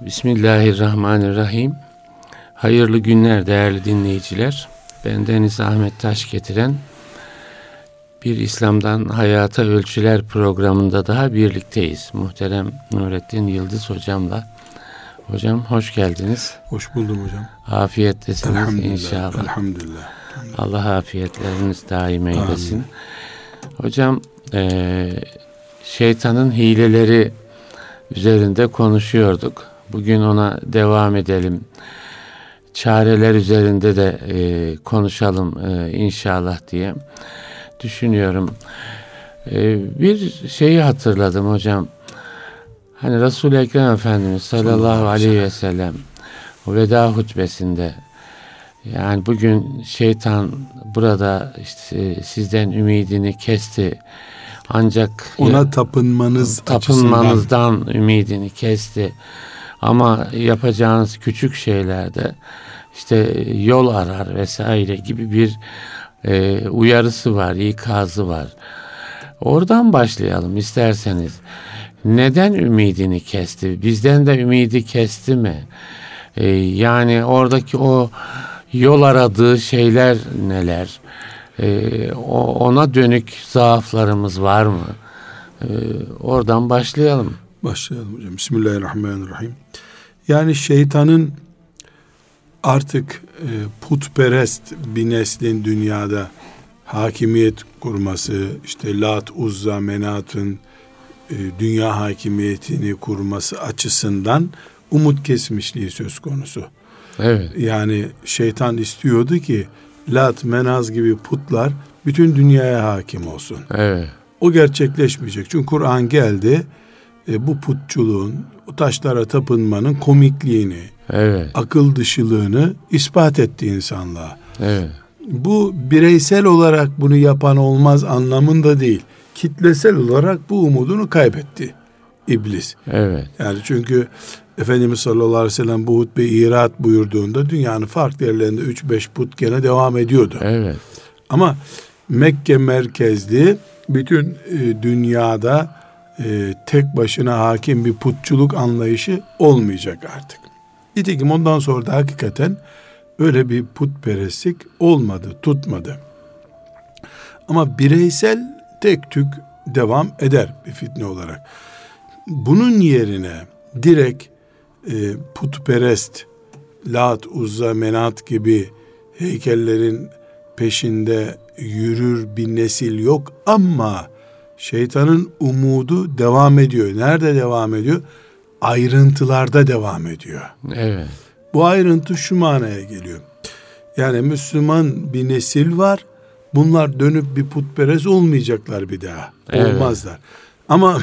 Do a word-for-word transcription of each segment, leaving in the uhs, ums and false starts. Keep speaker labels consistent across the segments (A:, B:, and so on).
A: Bismillahirrahmanirrahim. Hayırlı günler değerli dinleyiciler. Bendeniz Ahmet Taş getiren Bir İslam'dan Hayata Ölçüler programında daha birlikteyiz. Muhterem Nurettin Yıldız hocamla. Hocam hoş geldiniz.
B: Hoş buldum hocam.
A: Afiyettesiniz
B: elhamdülillah,
A: inşallah.
B: Elhamdülillah.
A: Allah afiyetleriniz daim eylesin. Amin. Hocam e, şeytanın hileleri üzerinde konuşuyorduk. Bugün ona devam edelim. Çareler üzerinde de e, konuşalım e, inşallah diye düşünüyorum. E, bir şeyi hatırladım hocam. Hani Resul-i Ekrem Efendimiz sallallahu aleyhi ve sellem o veda hutbesinde, yani bugün şeytan burada işte sizden ümidini kesti. Ancak
B: ona tapınmanız
A: tapınmanızdan açısından ümidini kesti. Ama yapacağınız küçük şeylerde işte yol arar vesaire gibi bir e, uyarısı var, ikazı var. Oradan başlayalım isterseniz. Neden ümidini kesti? Bizden de ümidi kesti mi? E, yani oradaki o yol aradığı şeyler neler? E, o, ona dönük zaaflarımız var mı? E, oradan başlayalım.
B: Başlayalım hocam. Bismillahirrahmanirrahim. Yani şeytanın artık e, putperest bir neslin dünyada hakimiyet kurması, işte Lat, Uzza, Menat'ın e, dünya hakimiyetini kurması açısından umut kesmişliği söz konusu.
A: Evet.
B: Yani şeytan istiyordu ki Lat, Menaz gibi putlar bütün dünyaya hakim olsun.
A: Evet.
B: O gerçekleşmeyecek. Çünkü Kur'an geldi. E, bu putçuluğun, o taşlara tapınmanın komikliğini,
A: evet,
B: akıl dışılığını ispat etti insanlığa.
A: Evet.
B: Bu bireysel olarak bunu yapan olmaz anlamında değil. Kitlesel olarak bu umudunu kaybetti İblis.
A: Evet.
B: Yani çünkü Efendimiz sallallahu aleyhi ve sellem bu hutbe-i irat buyurduğunda dünyanın farklı yerlerinde üç beş put gene devam ediyordu.
A: Evet.
B: Ama Mekke merkezli bütün e, dünyada e, tek başına hakim bir putçuluk anlayışı olmayacak artık. Nitekim ondan sonra da hakikaten öyle bir putperestlik olmadı, tutmadı. Ama bireysel tek tük devam eder bir fitne olarak. Bunun yerine direkt e, putperest, Lat, Uzza, Menat gibi heykellerin peşinde yürür bir nesil yok ama şeytanın umudu devam ediyor. Nerede devam ediyor? Ayrıntılarda devam ediyor.
A: Evet.
B: Bu ayrıntı şu manaya geliyor. Yani Müslüman bir nesil var. Bunlar dönüp bir putperest olmayacaklar bir daha.
A: Evet.
B: Olmazlar. Ama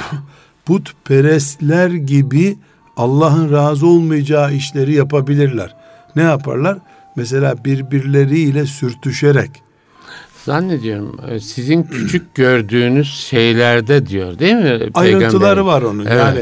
B: putperestler gibi Allah'ın razı olmayacağı işleri yapabilirler. Ne yaparlar? Mesela birbirleriyle sürtüşerek.
A: Zannediyorum sizin küçük gördüğünüz şeylerde diyor değil mi?
B: Ayrıntıları var onun.
A: Evet.
B: Yani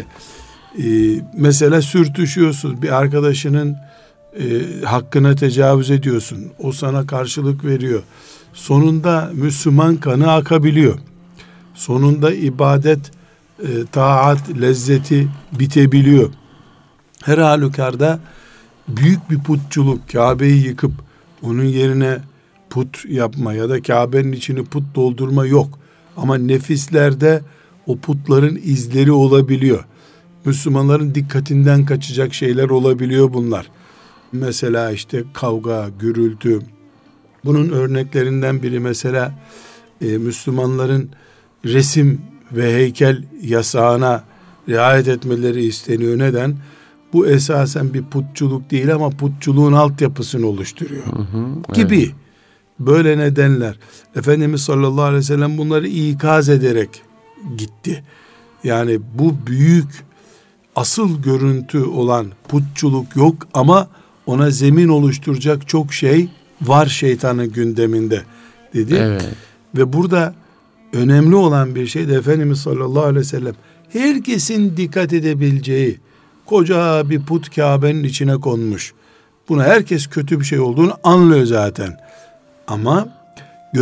B: e, mesela sürtüşüyorsun. Bir arkadaşının e, hakkına tecavüz ediyorsun. O sana karşılık veriyor. Sonunda Müslüman kanı akabiliyor. Sonunda ibadet, e, taat, lezzeti bitebiliyor. Her halükarda büyük bir putçuluk, Kabe'yi yıkıp onun yerine put yapma ya da Kabe'nin içini put doldurma yok. Ama nefislerde o putların izleri olabiliyor. Müslümanların dikkatinden kaçacak şeyler olabiliyor bunlar. Mesela işte kavga, gürültü. Bunun örneklerinden biri mesela e, Müslümanların resim ve heykel yasağına riayet etmeleri isteniyor. Neden? Bu esasen bir putçuluk değil ama putçuluğun altyapısını oluşturuyor. Hı hı, gibi. Evet. Böyle nedenler. Efendimiz sallallahu aleyhi ve sellem bunları ikaz ederek gitti. Yani bu büyük asıl görüntü olan putçuluk yok ama ona zemin oluşturacak çok şey var şeytanın gündeminde dedi.
A: Evet.
B: Ve burada önemli olan bir şey de Efendimiz sallallahu aleyhi ve sellem herkesin dikkat edebileceği koca bir put Kabe'nin içine konmuş. Buna herkes kötü bir şey olduğunu anlıyor zaten. Ama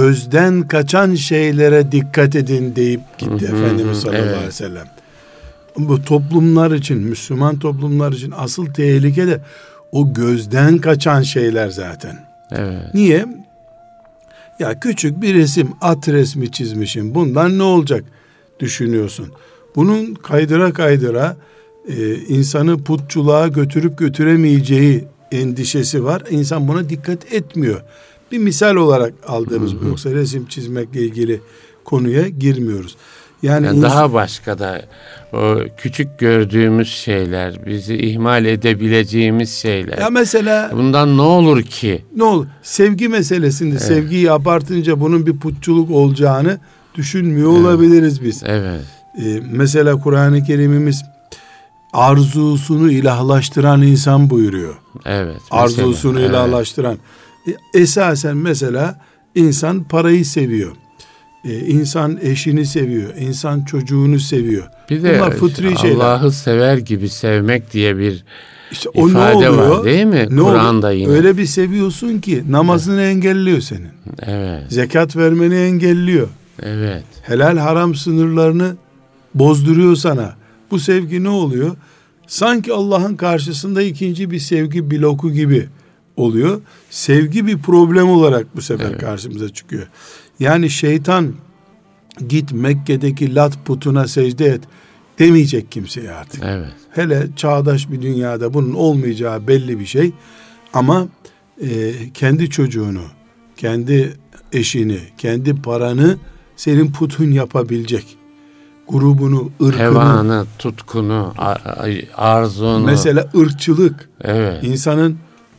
B: gözden kaçan şeylere dikkat edin deyip gitti hı hı, Efendimiz sallallahu evet. aleyhi ve sellem. bu toplumlar için, Müslüman toplumlar için asıl tehlike de o gözden kaçan şeyler zaten.
A: Evet.
B: Niye? Ya küçük bir resim, at resmi çizmişim, bundan ne olacak düşünüyorsun. Bunun kaydıra kaydıra e, insanı putçuluğa götürüp götüremeyeceği endişesi var. İnsan buna dikkat etmiyor. Bir misal olarak aldığımız bu. Yoksa resim çizmekle ilgili konuya girmiyoruz. Yani,
A: Yani
B: ins-
A: daha başka da o küçük gördüğümüz şeyler, bizi ihmal edebileceğimiz şeyler.
B: ya mesela
A: Bundan ne olur ki?
B: ne olur? Sevgi meselesinde
A: Evet.
B: sevgiyi abartınca bunun bir putçuluk olacağını düşünmüyor olabiliriz biz.
A: Evet.
B: Ee, mesela Kur'an-ı Kerim'imiz arzusunu ilahlaştıran insan buyuruyor.
A: Evet.
B: Arzusunu
A: mesela,
B: ilahlaştıran. E, esasen mesela insan parayı seviyor. E, insan eşini seviyor. İnsan çocuğunu seviyor.
A: Bir de
B: Bunlar fıtri şeyler.
A: Allah'ı sever gibi sevmek diye bir
B: İşte o
A: ifade
B: ne oluyor?
A: var değil mi?
B: Ne
A: Kur'an'da
B: oluyor?
A: yine.
B: Öyle bir seviyorsun ki namazını engelliyor senin.
A: Evet.
B: Zekat vermeni engelliyor.
A: Evet.
B: Helal haram sınırlarını bozduruyor sana. Bu sevgi ne oluyor? Sanki Allah'ın karşısında ikinci bir sevgi bloku gibi oluyor. Sevgi bir problem olarak bu sefer
A: Evet.
B: karşımıza çıkıyor. Yani şeytan git Mekke'deki Lat putuna secde et demeyecek kimseye artık.
A: Evet.
B: Hele çağdaş bir dünyada bunun olmayacağı belli bir şey. Ama e, kendi çocuğunu, kendi eşini, kendi paranı senin putun yapabilecek. Grubunu, ırkını.
A: Hevanı, tutkunu, ar- arzunu.
B: Mesela ırkçılık.
A: Evet.
B: İnsanın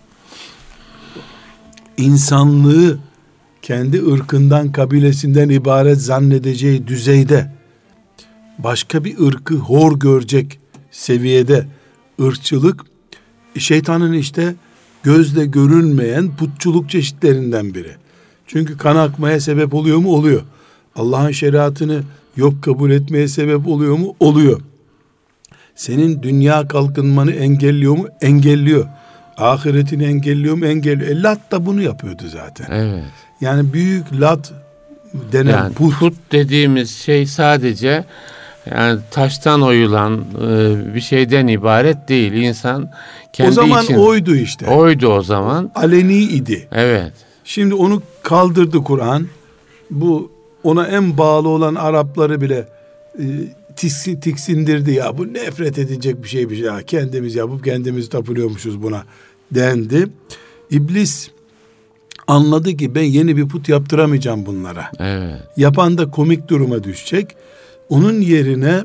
B: insanlığı kendi ırkından, kabilesinden ibaret zannedeceği düzeyde, başka bir ırkı hor görecek seviyede ırkçılık, şeytanın işte gözle görünmeyen putçuluk çeşitlerinden biri. Çünkü kan akmaya sebep oluyor mu? Oluyor. Allah'ın şeriatını yok kabul etmeye sebep oluyor mu? Oluyor. Senin dünya kalkınmanı engelliyor mu? Engelliyor. Ahiretini engelliyor mu? Engelliyor. E, Lat da bunu yapıyordu zaten.
A: Evet.
B: Yani büyük Lat denen
A: Yani
B: put.
A: put dediğimiz şey sadece yani taştan oyulan e, bir şeyden ibaret değil. İnsan kendi
B: O zaman
A: için
B: oydu işte.
A: oydu o zaman.
B: Aleni idi.
A: Evet.
B: Şimdi onu kaldırdı Kur'an. Bu ona en bağlı olan Arapları bile e, tiksin, tiksindirdi ya. Bu nefret edilecek bir şeymiş ya. Kendimiz yapıp kendimiz tapılıyormuşuz buna dendi. İblis anladı ki ben yeni bir put yaptıramayacağım bunlara.
A: Evet.
B: Yapan da komik duruma düşecek. Onun yerine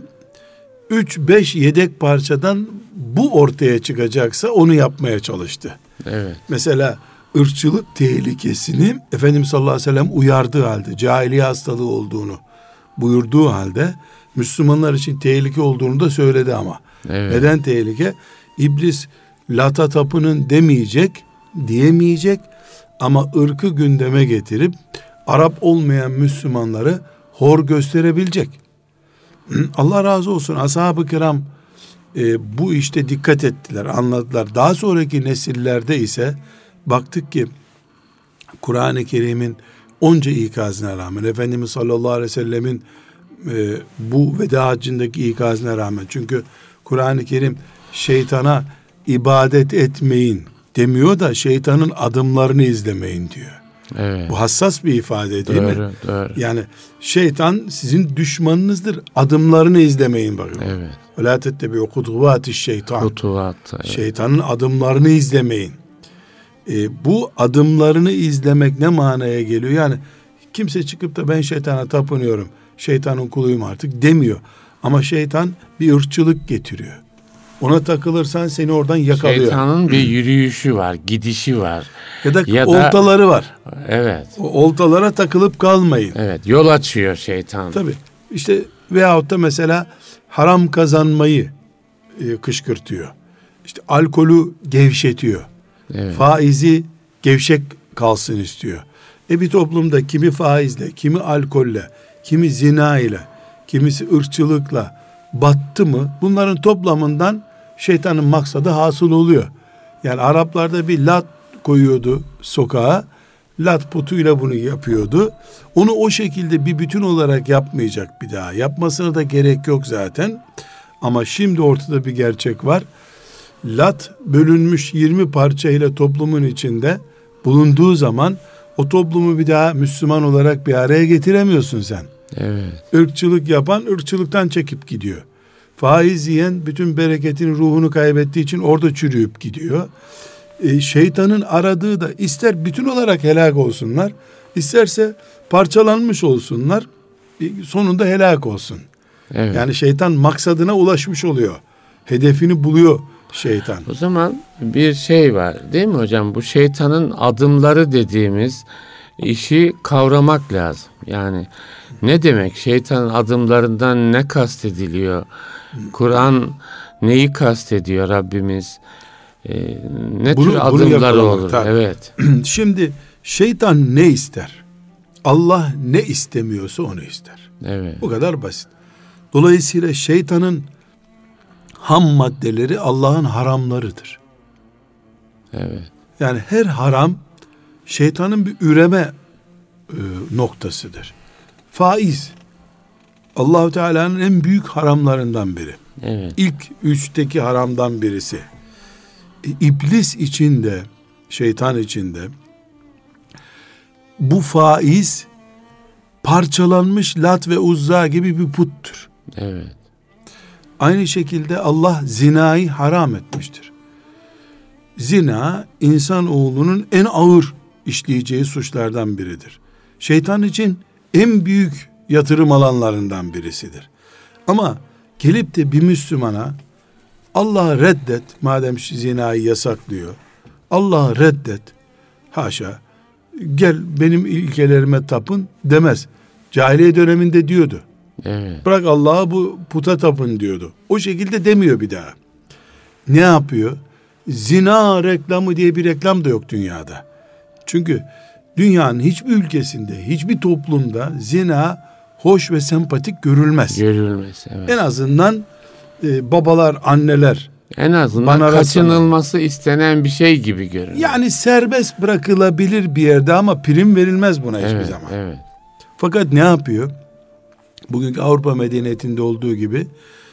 B: üç beş yedek parçadan bu ortaya çıkacaksa onu yapmaya çalıştı.
A: Evet.
B: Mesela ırkçılık tehlikesini Efendimiz sallallahu aleyhi ve sellem uyardığı halde, cahiliye hastalığı olduğunu buyurduğu halde Müslümanlar için tehlike olduğunu da söyledi ama.
A: Evet.
B: Neden tehlike? İblis Lat'a tapının demeyecek, diyemeyecek ama ırkı gündeme getirip Arap olmayan Müslümanları hor gösterebilecek. Allah razı olsun, ashab-ı kiram e, bu işte dikkat ettiler, anladılar. Daha sonraki nesillerde ise baktık ki Kur'an-ı Kerim'in onca ikazına rağmen, Efendimiz sallallahu aleyhi ve sellemin e, bu veda haccındaki ikazına rağmen, çünkü Kur'an-ı Kerim şeytana ibadet etmeyin demiyor da şeytanın adımlarını izlemeyin diyor.
A: Evet.
B: Bu hassas bir ifade değil
A: doğru,
B: mi?
A: Doğru.
B: Yani şeytan sizin düşmanınızdır. Adımlarını izlemeyin bakın.
A: Evet.
B: وَلَا تَتَّبِعُ خُطُوَاتِ الشَّيْطَانِ
A: Kutuvat. Evet.
B: Şeytanın adımlarını izlemeyin. E, bu adımlarını izlemek ne manaya geliyor? Yani kimse çıkıp da ben şeytana tapınıyorum, şeytanın kuluyum artık demiyor. Ama şeytan bir ırkçılık getiriyor. Ona takılırsan seni oradan yakalıyor.
A: Şeytanın bir yürüyüşü var, gidişi var.
B: Ya da
A: Ya da-
B: oltaları var.
A: Evet.
B: O oltalara takılıp kalmayın.
A: Evet. Yol açıyor şeytan.
B: Tabii. İşte veyahut da mesela haram kazanmayı e, kışkırtıyor. İşte alkolü gevşetiyor.
A: Evet.
B: Faizi gevşek kalsın istiyor. E bir toplumda kimi faizle, kimi alkolle, kimi zina ile, kimisi ırkçılıkla battı mı bunların toplamından şeytanın maksadı hasıl oluyor. Yani Araplarda bir Lat koyuyordu sokağa. Lat putuyla bunu yapıyordu. Onu o şekilde bir bütün olarak yapmayacak bir daha. Yapmasına da gerek yok zaten. Ama şimdi ortada bir gerçek var. Lat bölünmüş yirmi parçayla toplumun içinde bulunduğu zaman o toplumu bir daha Müslüman olarak bir araya getiremiyorsun sen.
A: Evet.
B: Irkçılık yapan ırkçılıktan çekip gidiyor. Faiz yiyen bütün bereketini, ruhunu kaybettiği için orada çürüyüp gidiyor. E, şeytanın aradığı da ister bütün olarak helak olsunlar, isterse parçalanmış olsunlar, e, sonunda helak olsun.
A: Evet.
B: Yani şeytan maksadına ulaşmış oluyor. Hedefini buluyor şeytan.
A: O zaman bir şey var değil mi hocam? Bu şeytanın adımları dediğimiz işi kavramak lazım. Yani ne demek? Şeytanın adımlarından ne kastediliyor? Kur'an neyi kastediyor Rabbimiz? Ee, ne
B: Bunu-
A: tür
B: bunu
A: adımları
B: yakalamak,
A: olur?
B: tabii.
A: Evet.
B: Şimdi şeytan ne ister? Allah ne istemiyorsa onu ister.
A: Evet.
B: Bu kadar basit. Dolayısıyla şeytanın ham maddeleri Allah'ın haramlarıdır.
A: Evet.
B: Yani her haram şeytanın bir üreme e, noktasıdır. Faiz Allah-u Teala'nın en büyük haramlarından biri.
A: Evet.
B: İlk üçteki haramdan birisi. E, İblis içinde, şeytan içinde bu faiz parçalanmış Lat ve Uzza gibi bir puttur.
A: Evet.
B: Aynı şekilde Allah zinayı haram etmiştir. Zina insanoğlunun en ağır işleyeceği suçlardan biridir. Şeytan için en büyük yatırım alanlarından birisidir. Ama gelip de bir Müslümana Allah'ı reddet, madem zinayı yasaklıyor, Allah'ı reddet, haşa, gel benim ilkelerime tapın demez. Cahiliye döneminde diyordu.
A: Evet.
B: Bırak Allah'a, bu puta tapın diyordu. O şekilde demiyor bir daha. Ne yapıyor? Zina reklamı diye bir reklam da yok dünyada. Çünkü dünyanın hiçbir ülkesinde, hiçbir toplumda zina hoş ve sempatik görülmez.
A: Görülmez. Evet.
B: En azından e, babalar, anneler,
A: En azından
B: bana
A: kaçınılması istenen bir şey gibi görünüyor.
B: yani serbest bırakılabilir bir yerde ama prim verilmez buna hiçbir
A: evet,
B: zaman.
A: Evet.
B: Fakat ne yapıyor? Bugünkü Avrupa medeniyetinde olduğu gibi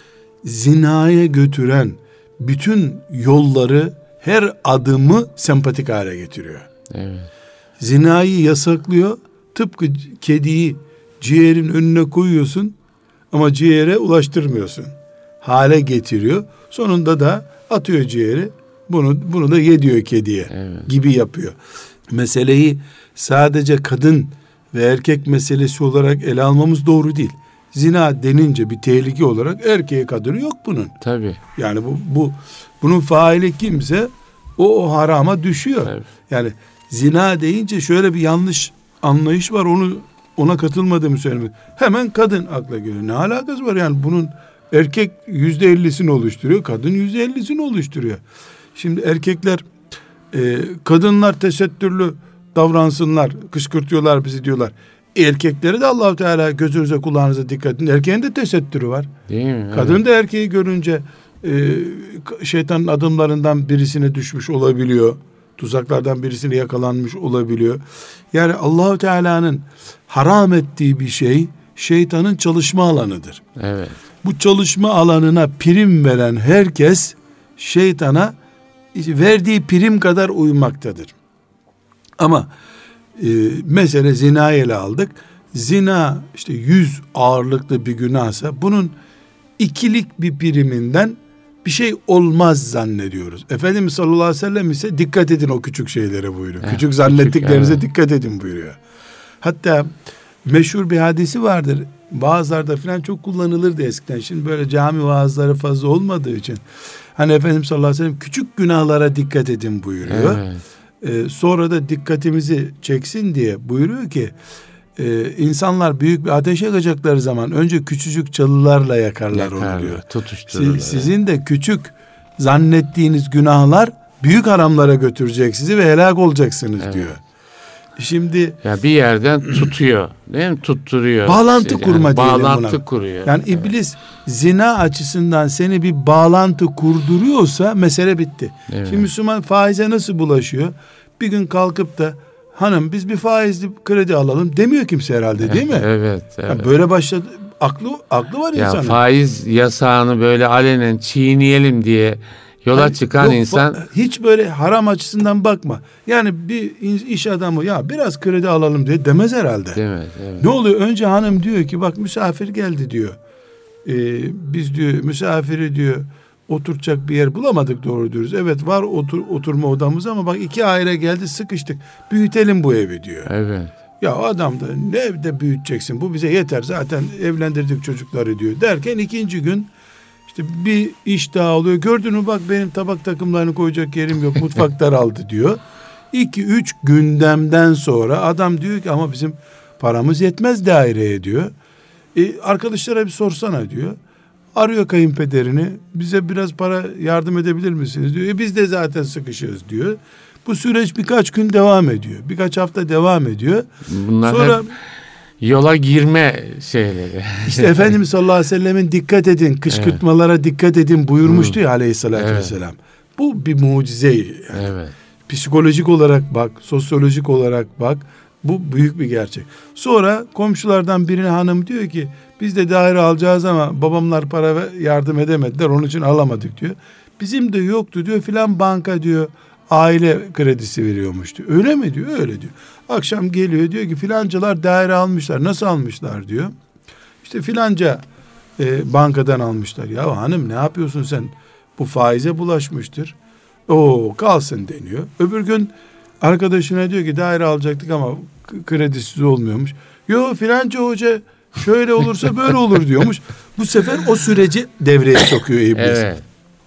B: zinaya götüren bütün yolları, her adımı sempatik hale getiriyor.
A: Evet.
B: Zinayı yasaklıyor. Tıpkı kediyi ciğerin önüne koyuyorsun ama ciğere ulaştırmıyorsun. Hale getiriyor. Sonunda da atıyor ciğeri. Bunu bunu da ye diyor kediye.
A: Evet.
B: Gibi yapıyor. Meseleyi sadece kadın ve erkek meselesi olarak ele almamız doğru değil. Zina denince bir tehlike olarak erkeğe kadını yok bunun.
A: Tabii.
B: Yani bu bu bunun faili kimse o, o harama düşüyor.
A: Tabii.
B: Yani zina deyince şöyle bir yanlış anlayış var. Onu ona katılmadığımı söylemek. Hemen kadın akla geliyor. Ne alakası var yani, bunun erkek yüzde ellisini oluşturuyor, kadın yüzde ellisini oluşturuyor. Şimdi erkekler e, kadınlar tesettürlü davransınlar, kışkırtıyorlar bizi diyorlar. Erkekleri de Allah-u Teala gözünüze kulağınıza dikkat edin. Erkeğin de tesettürü var.
A: Değil mi?
B: Kadın
A: Evet.
B: da erkeği görünce e, şeytanın adımlarından birisine düşmüş olabiliyor. Tuzaklardan birisine yakalanmış olabiliyor. Yani Allah-u Teala'nın haram ettiği bir şey şeytanın çalışma alanıdır.
A: Evet.
B: Bu çalışma alanına prim veren herkes şeytana verdiği prim kadar uymaktadır. Ama e, mesele zinayı ele aldık. Zina işte yüz ağırlıklı bir günahsa bunun ikilik bir priminden bir şey olmaz zannediyoruz. Efendimiz sallallahu aleyhi ve sellem ise dikkat edin o küçük şeylere buyuruyor.
A: Eh,
B: küçük zannettiklerinize
A: küçük, evet.
B: dikkat edin buyuruyor. Hatta meşhur bir hadisi vardır. Vaazlarda falan çok kullanılırdı eskiden. Şimdi böyle cami vaazları fazla olmadığı için. Hani Efendimiz sallallahu aleyhi ve sellem küçük günahlara dikkat edin buyuruyor.
A: Evet.
B: Ee, sonra da dikkatimizi çeksin diye buyuruyor ki e, insanlar büyük bir ateş yakacakları zaman önce küçücük çalılarla yakarlar,
A: Yakarlar,
B: onu diyor.
A: tutuştururlar.
B: Siz, sizin de küçük zannettiğiniz günahlar büyük haramlara götürecek sizi ve helak olacaksınız
A: Evet.
B: diyor. Şimdi
A: Ya bir yerden tutuyor, değil mi? Tutturuyor.
B: Bağlantı
A: Yani
B: kurma diyelim
A: bağlantı
B: buna.
A: kuruyor.
B: yani
A: Evet.
B: iblis zina açısından seni bir bağlantı kurduruyorsa mesele bitti.
A: Evet.
B: Şimdi Müslüman faize nasıl bulaşıyor? Bir gün kalkıp da hanım biz bir faizli kredi alalım demiyor kimse herhalde, değil mi?
A: Evet, evet.
B: Yani böyle başladı. aklı aklı var
A: Ya
B: insanın.
A: faiz yasağını böyle alenen çiğneyelim diye yola
B: Hayır,
A: çıkan
B: yok,
A: insan
B: hiç böyle haram açısından bakma. Yani bir iş adamı ya biraz kredi alalım diye demez herhalde.
A: demez. Evet.
B: Ne oluyor? Önce hanım diyor ki bak misafir geldi diyor. Ee, biz diyor misafiri diyor oturacak bir yer bulamadık doğru diyoruz. Evet var otur, oturma odamız ama bak iki aile geldi sıkıştık. Büyütelim bu evi diyor.
A: Evet.
B: Ya adam da ne evde büyüteceksin bu bize yeter zaten evlendirdik çocukları diyor. Derken ikinci gün işte bir iş daha oluyor. Gördün mü bak benim tabak takımlarını koyacak yerim yok mutfak daraldı diyor. iki üç gündemden sonra adam diyor ki ama bizim paramız yetmez daireye diyor. E, arkadaşlara bir sorsana diyor. Arıyor kayınpederini. Bize biraz para yardım edebilir misiniz diyor. E, biz de zaten sıkışırız diyor. Bu süreç birkaç gün devam ediyor. Birkaç hafta devam ediyor.
A: Bunlar
B: Sonra
A: hep yola girme şeyleri.
B: işte Efendimiz sallallahu aleyhi ve sellemin dikkat edin, kışkırtmalara evet. dikkat edin buyurmuştu hmm. ya aleyhissalatü evet. vesselam. Bu bir mucize. Yani.
A: Evet.
B: Psikolojik olarak bak, sosyolojik olarak bak. Bu büyük bir gerçek. Sonra komşulardan birine hanım diyor ki biz de daire alacağız ama babamlar para yardım edemediler onun için alamadık diyor. Bizim de yoktu diyor filan banka diyor aile kredisi veriyormuş diyor. Öyle mi diyor? Öyle diyor. Akşam geliyor diyor ki filancalar daire almışlar. Nasıl almışlar diyor. İşte filanca e, bankadan almışlar. Ya hanım ne yapıyorsun sen? Bu faize bulaşmıştır. Oo kalsın deniyor. Öbür gün arkadaşına diyor ki daire alacaktık ama kredisiz olmuyormuş. Yo filanca hoca şöyle olursa böyle olur diyormuş. Bu sefer o süreci devreye sokuyor iblis. Evet.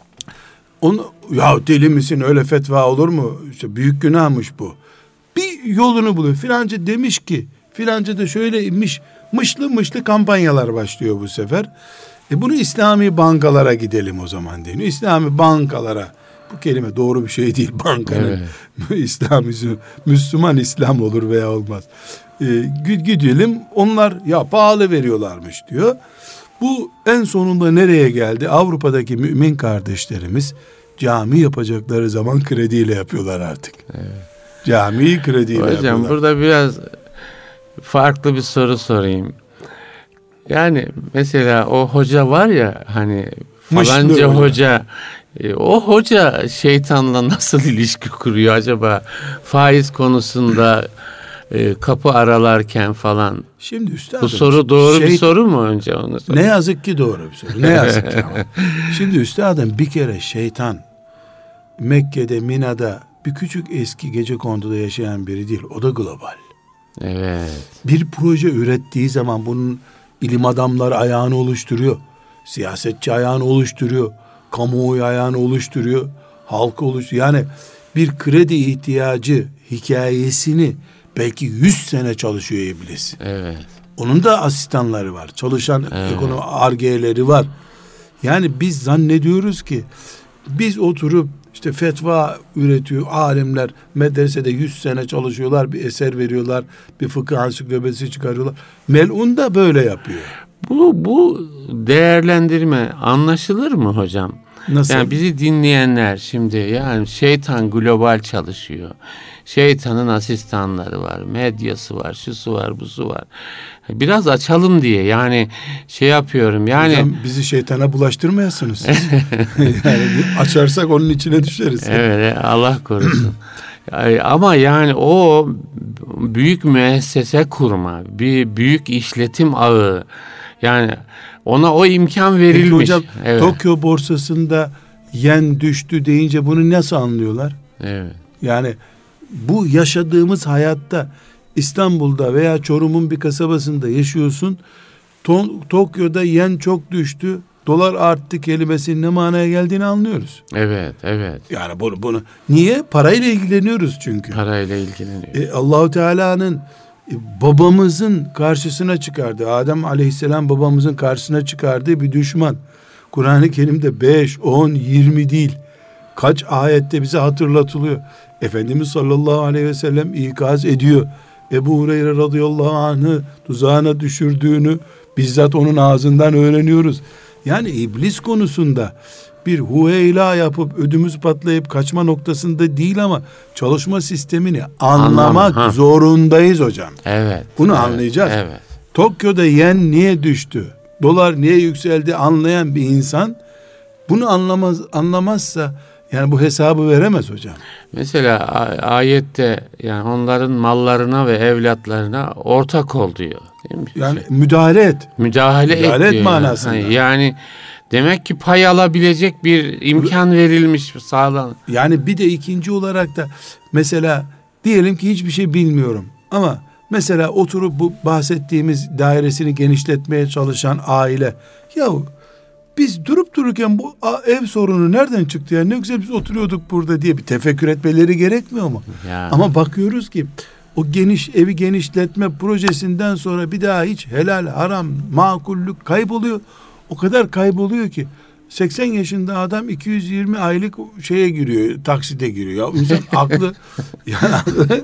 B: Onu, ya deli misin öyle fetva olur mu? İşte büyük günahmış bu. Bir yolunu buluyor. Filanca demiş ki filanca da şöyleymiş. Mışlı mışlı kampanyalar başlıyor bu sefer. E bunu İslami bankalara gidelim o zaman deniyor. İslami bankalara. Bu kelime doğru bir şey değil bankanın. Evet. İslam, Müslüman İslam olur veya olmaz. Ee, gidelim onlar ya pahalı veriyorlarmış diyor. Bu en sonunda nereye geldi? Avrupa'daki mümin kardeşlerimiz cami yapacakları zaman krediyle yapıyorlar artık. Evet. Camiyi krediyle
A: Hocam,
B: yapıyorlar.
A: Hocam burada biraz farklı bir soru sorayım. Yani mesela o hoca var ya hani falanca hoca, hoca e, o hoca şeytanla nasıl ilişki kuruyor acaba faiz konusunda e, kapı aralarken falan.
B: Şimdi üstadım.
A: Bu soru doğru
B: şey,
A: bir soru mu önce onu sorayım.
B: Ne yazık ki doğru bir soru. Ne yazık ki ama. Şimdi üstadım bir kere şeytan Mekke'de, Mina'da bir küçük eski gecekonduda yaşayan biri değil. O da global.
A: Evet.
B: Bir proje ürettiği zaman bunun ilim adamları ayağını oluşturuyor. Siyasetçi ayağını oluşturuyor. Kamuoyu ayağını oluşturuyor. Halk oluşturuyor. Yani bir kredi ihtiyacı hikayesini belki yüz sene çalışıyor iblis.
A: Evet.
B: Onun da asistanları var. Çalışan evet. ekonomi Ar-Ge'leri var. Yani biz zannediyoruz ki biz oturup işte fetva üretiyor alimler medresede yüz sene çalışıyorlar, bir eser veriyorlar, bir fıkıh ansiklopedisi çıkarıyorlar. Melun da böyle yapıyor.
A: Bu bu değerlendirme anlaşılır mı hocam?
B: Nasıl?
A: Yani bizi dinleyenler şimdi yani şeytan global çalışıyor. Şeytanın asistanları var, medyası var, şusu var, busu var. Biraz açalım diye yani şey yapıyorum yani.
B: Hocam bizi şeytana bulaştırmayasınız siz. Yani açarsak onun içine düşeriz.
A: Evet Allah korusun. Ama yani o büyük müessese kurma, bir büyük işletim ağı yani ona o imkan verilmiş.
B: Peki hocam
A: evet.
B: Tokyo borsasında yen düştü deyince bunu nasıl anlıyorlar?
A: Evet.
B: Yani bu yaşadığımız hayatta İstanbul'da veya Çorum'un bir kasabasında yaşıyorsun. To- Tokyo'da yen çok düştü. Dolar arttı kelimesinin ne manaya geldiğini anlıyoruz.
A: Evet, evet.
B: Yani bunu bunu niye? Parayla ilgileniyoruz çünkü.
A: Parayla ilgileniyoruz.
B: E, Allahu Teala'nın e, babamızın karşısına çıkardığı, Adem Aleyhisselam babamızın karşısına çıkardığı bir düşman. Kur'an-ı Kerim'de beş, on, yirmi değil. Kaç ayette bize hatırlatılıyor. Efendimiz sallallahu aleyhi ve sellem ikaz ediyor. Ebu Hureyre radıyallahu anh'ı tuzağına düşürdüğünü bizzat onun ağzından öğreniyoruz. Yani iblis konusunda bir huveyla yapıp ödümüz patlayıp kaçma noktasında değil ama çalışma sistemini anlamak
A: Anlam,
B: zorundayız hocam.
A: Evet.
B: Bunu
A: evet,
B: anlayacağız.
A: Evet.
B: Tokyo'da yen niye düştü? dolar niye yükseldi anlayan bir insan bunu anlamaz anlamazsa yani bu hesabı veremez hocam.
A: Mesela ayette yani onların mallarına ve evlatlarına ortak ol diyor. Değil mi?
B: Yani müdahale et.
A: Müdahale,
B: müdahale et,
A: et
B: manasında.
A: Yani. yani demek ki pay alabilecek bir imkan verilmiş, sağlan.
B: Yani bir de ikinci olarak da mesela diyelim ki hiçbir şey bilmiyorum ama mesela oturup bu bahsettiğimiz dairesini genişletmeye çalışan aile, yahu biz durup dururken bu ev sorunu nereden çıktı ya, ne güzel biz oturuyorduk burada diye bir tefekkür etmeleri gerekmiyor mu?
A: Ya.
B: Ama bakıyoruz ki o geniş evi genişletme projesinden sonra bir daha hiç helal, haram, makullük kayboluyor. O kadar kayboluyor ki seksen yaşında adam iki yüz yirmi aylık şeye giriyor, taksite giriyor. Ya insan aklı yani aklı,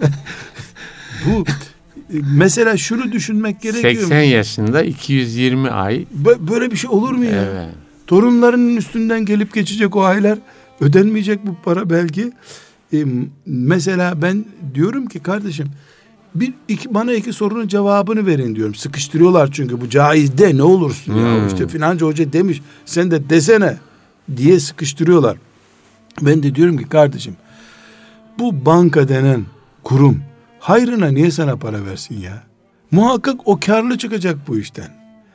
B: bu mesela şunu düşünmek gerekiyor.
A: seksen yaşında iki yüz yirmi ay.
B: Böyle bir şey olur mu ya?
A: Evet.
B: Torunlarının üstünden gelip geçecek o aylar, ödenmeyecek bu para belki. Ee, mesela ben diyorum ki kardeşim bir iki, bana iki sorunun cevabını verin diyorum. Sıkıştırıyorlar çünkü bu caiz de ne olursun hmm. ya işte filanca hoca demiş sen de desene diye sıkıştırıyorlar. Ben de diyorum ki kardeşim bu banka denen kurum hayrına niye sana para versin ya? Muhakkak o karlı çıkacak bu işten.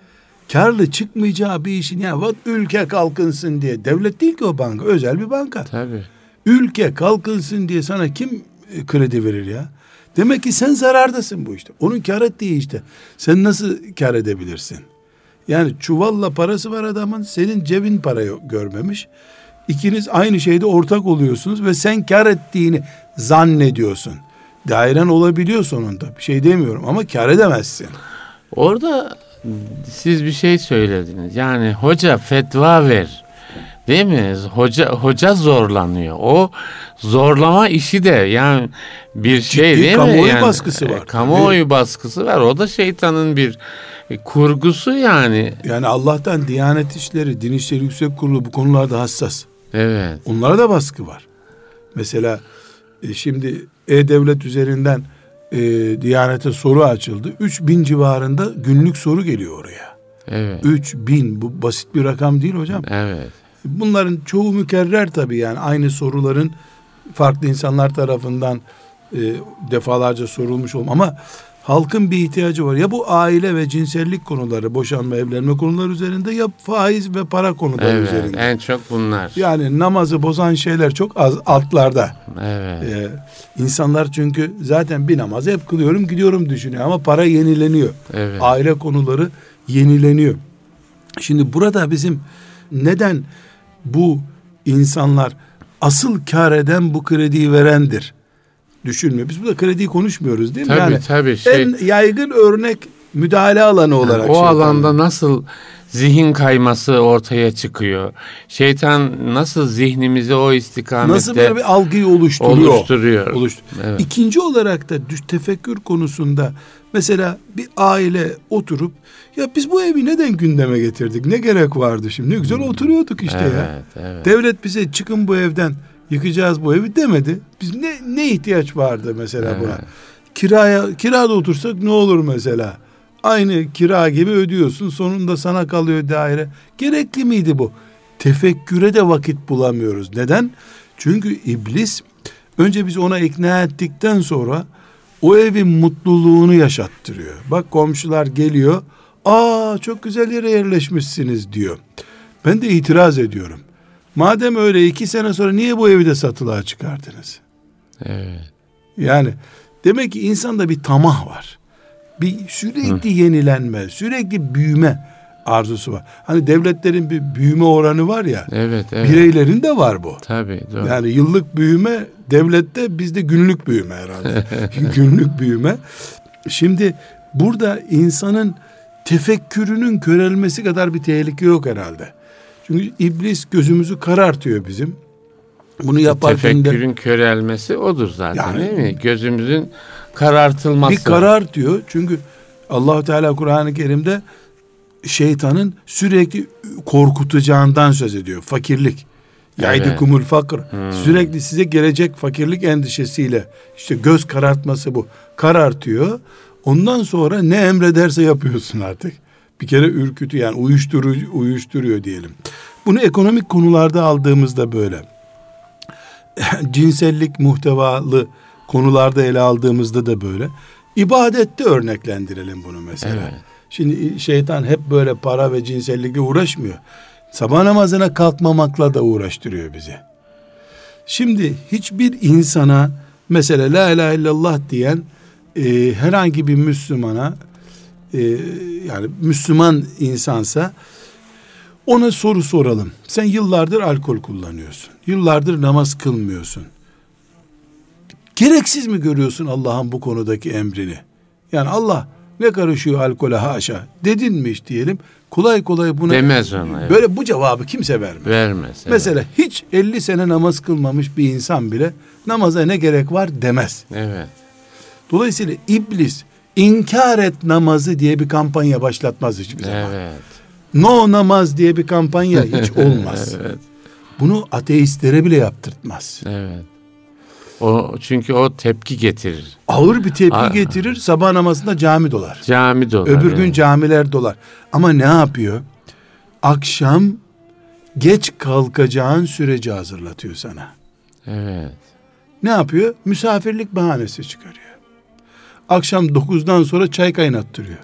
B: Karlı çıkmayacağı bir işin ya bak ülke kalkınsın diye, devlet değil ki o banka, özel bir banka.
A: Tabii.
B: Ülke kalkınsın diye sana kim kredi verir ya? Demek ki sen zarardasın bu işte. Onun kar ettiği işte. Sen nasıl kar edebilirsin? Yani çuvalla parası var adamın, senin cebin para görmemiş. İkiniz aynı şeyde ortak oluyorsunuz ve sen kar ettiğini zannediyorsun. Dairen olabiliyor sonunda. Bir şey demiyorum ama kar edemezsin.
A: Orada siz bir şey söylediniz. Yani hoca fetva ver. Değil mi? Hoca hoca zorlanıyor. O zorlama işi de yani bir şey
B: ciddi
A: değil
B: kamuoyu
A: mi? Yani,
B: baskısı var.
A: Kamuoyu
B: Tabii.
A: baskısı var. O da şeytanın bir kurgusu yani.
B: Yani Allah'tan Diyanet İşleri, Din İşleri Yüksek Kurulu bu konularda hassas.
A: Evet.
B: Onlara da baskı var. Mesela e, şimdi E-Devlet üzerinden e, Diyanet'e soru açıldı. üç bin civarında günlük soru geliyor oraya.
A: Evet.
B: üç bin bu basit bir rakam değil hocam.
A: Evet.
B: Bunların çoğu mükerrer tabii, yani aynı soruların farklı insanlar tarafından e, defalarca sorulmuş olma, ama halkın bir ihtiyacı var. Ya bu aile ve cinsellik konuları, boşanma, evlenme konuları üzerinde, ya faiz ve para konuları
A: evet,
B: üzerinde.
A: en çok bunlar.
B: Yani namazı bozan şeyler çok az altlarda.
A: Evet.
B: Ee, insanlar çünkü zaten bir namazı hep kılıyorum gidiyorum düşünüyor ama para yenileniyor.
A: Evet.
B: Aile konuları yenileniyor. Şimdi burada bizim neden bu insanlar asıl kar eden bu krediyi verendir düşünmüyor. Biz burada krediyi konuşmuyoruz değil mi?
A: Tabii
B: yani
A: tabii. Şey,
B: en yaygın örnek müdahale alanı olarak.
A: o
B: şeytan.
A: alanda nasıl zihin kayması ortaya çıkıyor? Şeytan nasıl zihnimizi o istikamette
B: nasıl böyle bir algıyı oluşturuyor?
A: Oluşturuyor.
B: Oluştur.
A: Evet.
B: İkinci olarak da düş tefekkür konusunda mesela bir aile oturup ya biz bu evi neden gündeme getirdik? Ne gerek vardı şimdi? Ne güzel oturuyorduk işte
A: evet,
B: ya.
A: Evet.
B: Devlet bize çıkın bu evden, yıkacağız bu evi demedi. Biz ne ne ihtiyaç vardı mesela
A: evet.
B: buna? Kiraya kirada otursak ne olur mesela? Aynı kira gibi ödüyorsun. Sonunda sana kalıyor daire. Gerekli miydi bu? Tefekküre de vakit bulamıyoruz. Neden? Çünkü iblis önce biz ona ikna ettikten sonra o evin mutluluğunu yaşattırıyor. Bak komşular geliyor. Aa çok güzel yere yerleşmişsiniz diyor. Ben de itiraz ediyorum. Madem öyle iki sene sonra niye bu evi de satılığa çıkardınız?
A: Evet.
B: Yani demek ki insanda bir tamah var. Bir sürekli Hı. yenilenme, sürekli büyüme arzusu var. Hani devletlerin bir büyüme oranı var ya.
A: Evet, evet.
B: Bireylerin de var bu.
A: Tabii, doğru.
B: Yani yıllık büyüme devlette, bizde günlük büyüme herhalde. Günlük büyüme. Şimdi burada insanın tefekkürünün körelmesi kadar bir tehlike yok herhalde. Çünkü iblis gözümüzü karartıyor bizim. Bunu yaparken
A: tefekkürün
B: de,
A: körelmesi odur zaten
B: yani,
A: değil mi? Gözümüzün karartılması.
B: Bir karar diyor. Çünkü Allah Teala Kur'an-ı Kerim'de şeytanın sürekli korkutacağından söz ediyor. Fakirlik. Yaidukumul fakr. Hmm. Sürekli size gelecek fakirlik endişesiyle, işte göz karartması bu. Karartıyor. Ondan sonra ne emrederse yapıyorsun artık. Bir kere ürkütüyor, yani uyuşturucu, uyuşturuyor diyelim. Bunu ekonomik konularda aldığımızda böyle. Cinsellik muhtevalı konularda ele aldığımızda da böyle. İbadette örneklendirelim bunu mesela.
A: Evet.
B: Şimdi şeytan hep böyle para ve cinsellikle uğraşmıyor. Sabah namazına kalkmamakla da uğraştırıyor bizi. Şimdi hiçbir insana mesela la ilahe illallah diyen e, herhangi bir Müslümana e, yani Müslüman insansa ona soru soralım. Sen yıllardır alkol kullanıyorsun. Yıllardır namaz kılmıyorsun. Gereksiz mi görüyorsun Allah'ın bu konudaki emrini? Yani Allah ne karışıyor alkole, haşa dedin mi hiç diyelim. Kolay kolay buna
A: demez ona. Evet.
B: Böyle bu cevabı kimse vermez.
A: Vermez. Evet.
B: Mesela hiç elli sene namaz kılmamış bir insan bile namaza ne gerek var demez.
A: Evet.
B: Dolayısıyla iblis inkar et namazı diye bir kampanya başlatmaz hiçbir zaman.
A: Evet.
B: No namaz diye bir kampanya hiç olmaz.
A: Evet.
B: Bunu ateistlere bile yaptırtmaz.
A: Evet. O çünkü o tepki getirir.
B: Ağır bir tepki
A: Aa.
B: getirir. Sabah namazında cami dolar.
A: Cami dolar.
B: Öbür gün
A: evet.
B: camiler dolar. Ama ne yapıyor? Akşam geç kalkacağın süreci hazırlatıyor sana.
A: Evet.
B: Ne yapıyor? Misafirlik bahanesi çıkarıyor. Akşam dokuzdan sonra çay kaynattırıyor.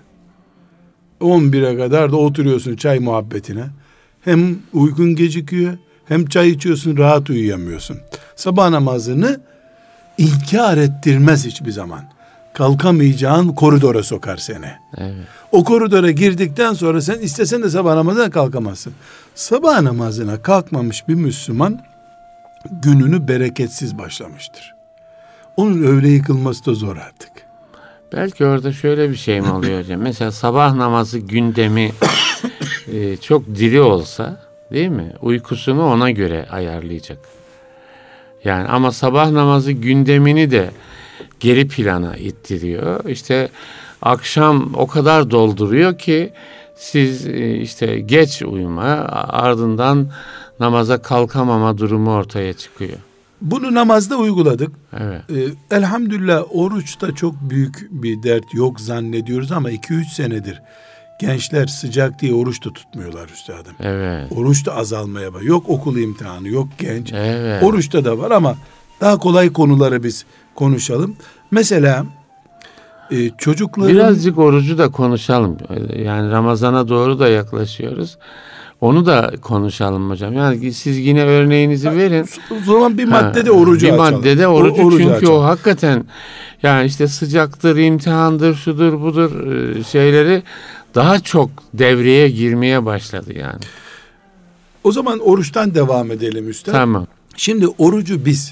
B: on bire kadar da oturuyorsun çay muhabbetine. Hem uykun gecikiyor, hem çay içiyorsun, rahat uyuyamıyorsun. Sabah namazını inkar ettirmez hiçbir zaman. Kalkamayacağın koridora sokar seni.
A: Evet.
B: O koridora girdikten sonra sen istesen de sabah namazına kalkamazsın. Sabah namazına kalkmamış bir Müslüman gününü bereketsiz başlamıştır. Onun öğle yıkılması da zor artık.
A: Belki orada şöyle bir şey mi oluyor hocam? Mesela sabah namazı gündemi e, çok diri olsa, değil mi? Uykusunu ona göre ayarlayacak. Yani ama sabah namazı gündemini de geri plana ittiriyor. İşte akşam o kadar dolduruyor ki siz e, işte geç uyuma, ardından namaza kalkamama durumu ortaya çıkıyor.
B: Bunu namazda uyguladık.
A: Evet.
B: Ee, elhamdülillah oruçta çok büyük bir dert yok zannediyoruz ama iki üç senedir gençler sıcak diye oruç da tutmuyorlar üstadım.
A: Evet.
B: Oruç da azalmaya bak. Yok okul imtihanı, yok genç.
A: Evet.
B: Oruçta da var ama daha kolay konuları biz konuşalım. Mesela e, çocukların...
A: Birazcık orucu da konuşalım. Yani Ramazan'a doğru da yaklaşıyoruz. Onu da konuşalım hocam. Yani siz yine örneğinizi verin.
B: O zaman bir maddede
A: ha,
B: orucu
A: bir
B: açalım.
A: maddede orucu,
B: o, orucu
A: çünkü
B: açalım.
A: o hakikaten yani işte sıcaktır, imtihandır, şudur budur şeyleri daha çok devreye girmeye başladı yani.
B: O zaman oruçtan devam edelim üstad.
A: Tamam.
B: Şimdi orucu biz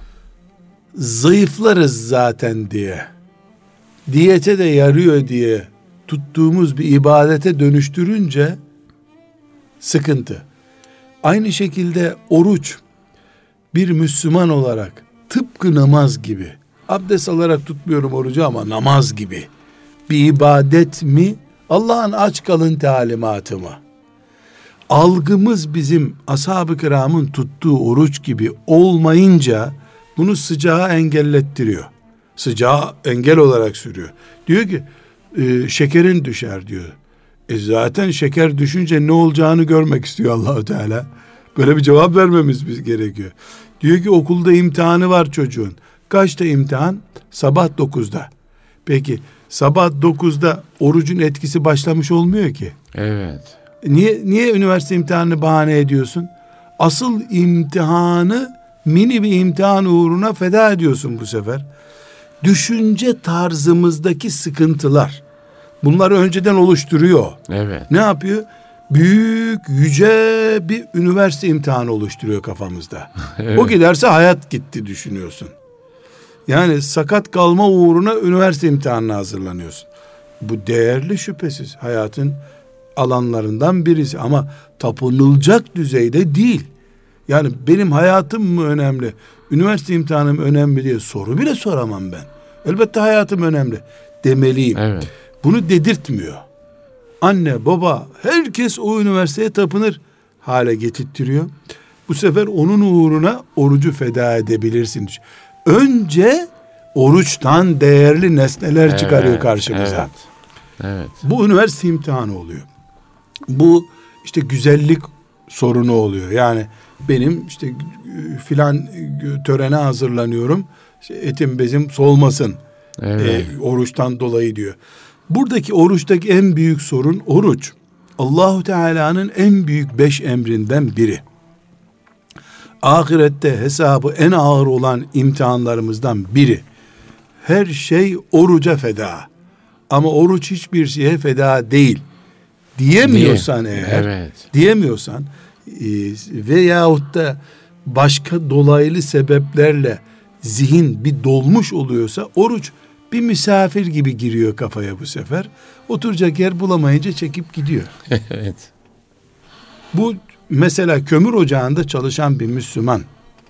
B: zayıflarız zaten diye, diyete de yarıyor diye tuttuğumuz bir ibadete dönüştürünce sıkıntı. Aynı şekilde oruç bir Müslüman olarak tıpkı namaz gibi, abdest alarak tutmuyorum orucu ama namaz gibi bir ibadet mi? Allah'ın aç kalın talimatı mı? Algımız bizim ashab-ı kiramın tuttuğu oruç gibi olmayınca bunu sıcağı engellettiriyor. Sıcağı engel olarak sürüyor. Diyor ki e, şekerin düşer diyor. E zaten şeker düşünce ne olacağını görmek istiyor Allah-u Teala. Böyle bir cevap vermemiz biz gerekiyor. Diyor ki okulda imtihanı var çocuğun. Kaçta imtihan? Sabah dokuzda. Peki sabah dokuzda orucun etkisi başlamış olmuyor ki.
A: Evet.
B: Niye niye üniversite imtihanını bahane ediyorsun? Asıl imtihanı mini bir imtihan uğruna feda ediyorsun bu sefer. Düşünce tarzımızdaki sıkıntılar bunları önceden oluşturuyor.
A: Evet.
B: Ne yapıyor? Büyük, yüce bir üniversite imtihanı oluşturuyor kafamızda.
A: Evet.
B: O giderse hayat gitti düşünüyorsun. Yani sakat kalma uğruna üniversite imtihanına hazırlanıyorsun. Bu değerli şüphesiz hayatın alanlarından birisi ama tapınılacak düzeyde değil. Yani benim hayatım mı önemli, üniversite imtihanım önemli diye soru bile soramam ben. Elbette hayatım önemli demeliyim.
A: Evet.
B: Bunu dedirtmiyor. Anne, baba, herkes o üniversiteye tapınır hale getirtiyor. Bu sefer onun uğruna orucu feda edebilirsin. Önce oruçtan değerli nesneler
A: Evet,
B: çıkarıyor karşımıza.
A: Evet. Evet.
B: Bu üniversite imtihanı oluyor. Bu işte güzellik sorunu oluyor. Yani benim işte filan törene hazırlanıyorum. İşte etim bezim solmasın.
A: Evet.
B: E, oruçtan dolayı diyor. Buradaki oruçtaki en büyük sorun oruç. Allahu Teala'nın en büyük beş emrinden biri. Ahirette hesabı en ağır olan imtihanlarımızdan biri. Her şey oruca feda. Ama oruç hiçbir şeye feda değil. Diyemiyorsan
A: Diye.
B: eğer,
A: Evet.
B: diyemiyorsan e, veyahut da başka dolaylı sebeplerle zihin bir dolmuş oluyorsa oruç bir misafir gibi giriyor kafaya bu sefer. Oturacak yer bulamayınca çekip gidiyor.
A: Evet.
B: Bu mesela kömür ocağında çalışan bir Müslüman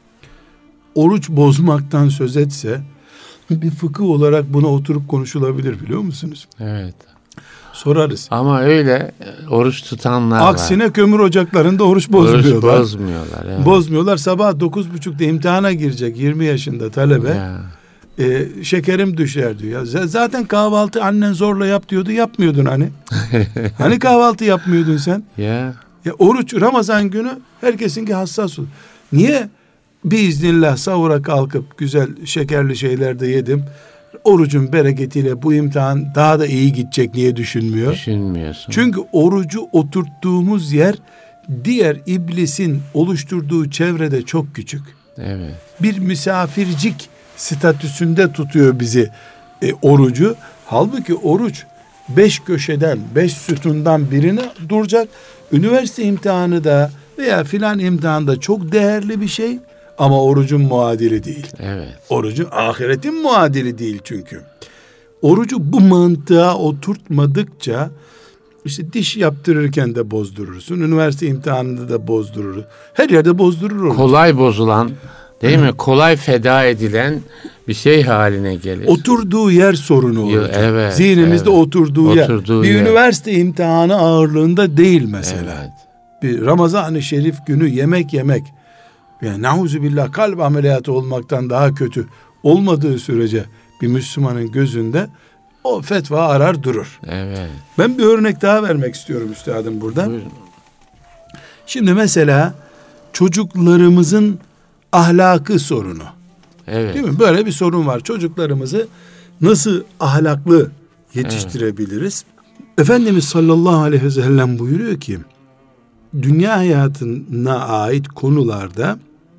B: oruç bozmaktan söz etse bir fıkıh olarak buna oturup konuşulabilir, biliyor musunuz?
A: Evet.
B: Sorarız.
A: Ama öyle oruç tutanlar var.
B: Aksine kömür ocaklarında oruç bozmuyorlar.
A: Oruç bozmuyorlar. Evet.
B: Bozmuyorlar. Sabah dokuz buçukta imtihana girecek yirmi yaşında talebe.
A: Ya.
B: E, şekerim düşer diyor. Ya zaten kahvaltı annen zorla yap diyordu. Yapmıyordun hani. Hani kahvaltı yapmıyordun sen?
A: Ya.
B: Ya oruç Ramazan günü herkesinki hassas olur. Niye? Biiznillah sahura kalkıp güzel şekerli şeyler de yedim. Orucun bereketiyle bu imtihan daha da iyi gidecek niye düşünmüyor?
A: Düşünmüyorsun.
B: Çünkü orucu oturttuğumuz yer diğer iblisin oluşturduğu çevrede çok küçük.
A: Evet.
B: Bir misafircik statüsünde tutuyor bizi e, orucu. Halbuki oruç beş köşeden, beş sütundan birine duracak. Üniversite imtihanı da veya filan imtihanda çok değerli bir şey ama orucun muadili değil.
A: Evet.
B: Orucun ahiretin muadili değil çünkü. Orucu bu mantığa oturtmadıkça işte diş yaptırırken de bozdurursun. Üniversite imtihanında da bozdurur. Her yerde bozdurur orucu.
A: Kolay bozulan, değil mi? Kolay feda edilen bir şey haline gelir.
B: Oturduğu yer sorunu
A: Yo,
B: orucu.
A: evet,
B: Zihnimizde
A: evet.
B: oturduğu,
A: Oturduğu
B: yer. Bir
A: yer.
B: üniversite imtihanı ağırlığında değil mesela.
A: Evet.
B: Bir Ramazan-ı Şerif günü yemek yemek yani nauzubillah kalp ameliyatı olmaktan daha kötü olmadığı sürece bir Müslümanın gözünde o fetva arar durur.
A: Evet.
B: Ben bir örnek daha vermek istiyorum üstadım burada.
A: Buyurun.
B: Şimdi mesela çocuklarımızın ahlakı sorunu.
A: Evet.
B: Değil mi? Böyle bir sorun var. Çocuklarımızı nasıl ahlaklı yetiştirebiliriz? Evet. Efendimiz sallallahu aleyhi ve sellem buyuruyor ki dünya hayatına ait konularda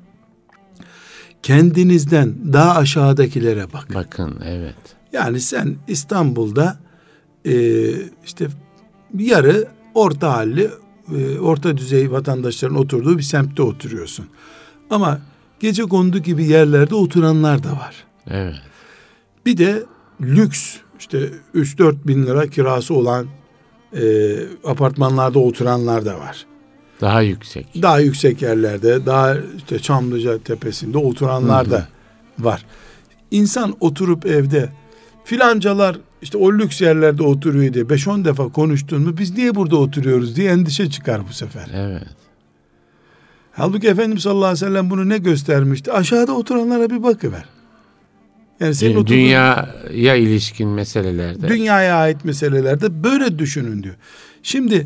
B: kendinizden daha aşağıdakilere bakın.
A: Bakın, evet.
B: Yani sen İstanbul'da e, işte yarı orta halli, e, orta düzey vatandaşların oturduğu bir semtte oturuyorsun. Ama gecekondu gibi yerlerde oturanlar da var.
A: Evet.
B: Bir de lüks işte üç dört bin lira kirası olan e, apartmanlarda oturanlar da var.
A: Daha yüksek.
B: Daha yüksek yerlerde, daha işte Çamlıca tepesinde oturanlar da var. İnsan oturup evde filancalar işte o lüks yerlerde oturuyor diye beş on defa konuştun mu biz niye burada oturuyoruz diye endişe çıkar bu sefer.
A: Evet.
B: Halbuki Efendimiz sallallahu aleyhi ve sellem bunu ne göstermişti? Aşağıda oturanlara bir bakıver. Yani senin oturduğun,
A: Dünyaya ilişkin meselelerde.
B: dünyaya ait meselelerde böyle düşünün diyor. Şimdi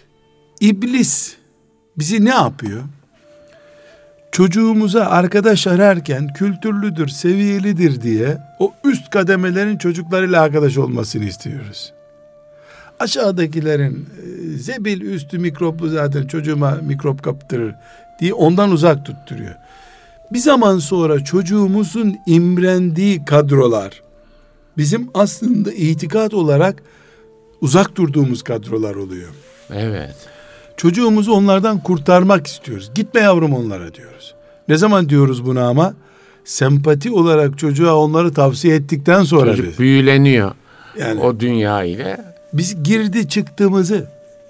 B: iblis bizi ne yapıyor? Çocuğumuza arkadaş ararken kültürlüdür, seviyelidir diye o üst kademelerin çocuklarıyla arkadaş olmasını istiyoruz. Aşağıdakilerin e, zebil üstü mikroplu zaten çocuğuma mikrop kaptırır diye ondan uzak tutturuyor. Bir zaman sonra çocuğumuzun imrendiği kadrolar bizim aslında itikat olarak uzak durduğumuz kadrolar oluyor.
A: Evet.
B: Çocuğumuzu onlardan kurtarmak istiyoruz. Gitme yavrum onlara diyoruz. Ne zaman diyoruz bunu ama? Sempati olarak çocuğa onları tavsiye ettikten sonra
A: Çocuk
B: biz.
A: büyüleniyor.
B: Yani
A: O dünya ile.
B: biz girdi çıktığımızı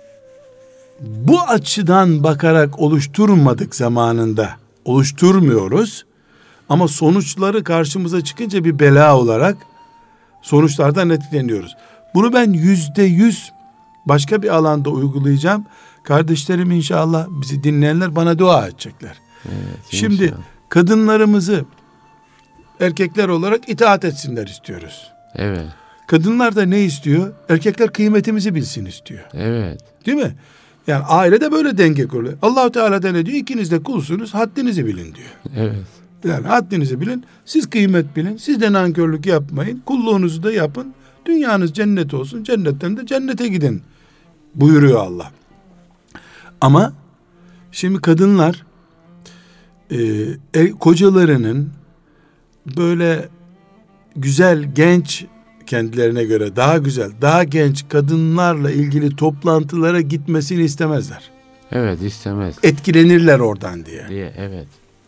B: bu açıdan bakarak oluşturmadık zamanında. Oluşturmuyoruz. Ama sonuçları karşımıza çıkınca bir bela olarak sonuçlardan etkileniyoruz. Bunu ben yüzde yüz başka bir alanda uygulayacağım. Kardeşlerim inşallah bizi dinleyenler bana dua edecekler.
A: Evet,
B: Şimdi
A: inşallah.
B: kadınlarımızı erkekler olarak itaat etsinler istiyoruz.
A: Evet.
B: Kadınlar da ne istiyor? Erkekler kıymetimizi bilsin istiyor.
A: Evet.
B: Değil mi? Yani ailede böyle denge kuruluyor. Allah-u Teala da ne diyor? İkiniz de kulsunuz, haddinizi bilin diyor.
A: Evet.
B: Yani haddinizi bilin, siz kıymet bilin, siz de nankörlük yapmayın, kulluğunuzu da yapın, dünyanız cennet olsun, cennetten de cennete gidin buyuruyor Allah. Ama şimdi kadınlar e, e, kocalarının böyle güzel, genç, kendilerine göre daha güzel, daha genç kadınlarla ilgili toplantılara gitmesini istemezler.
A: Evet, istemez.
B: Etkilenirler oradan diye.
A: diye evet.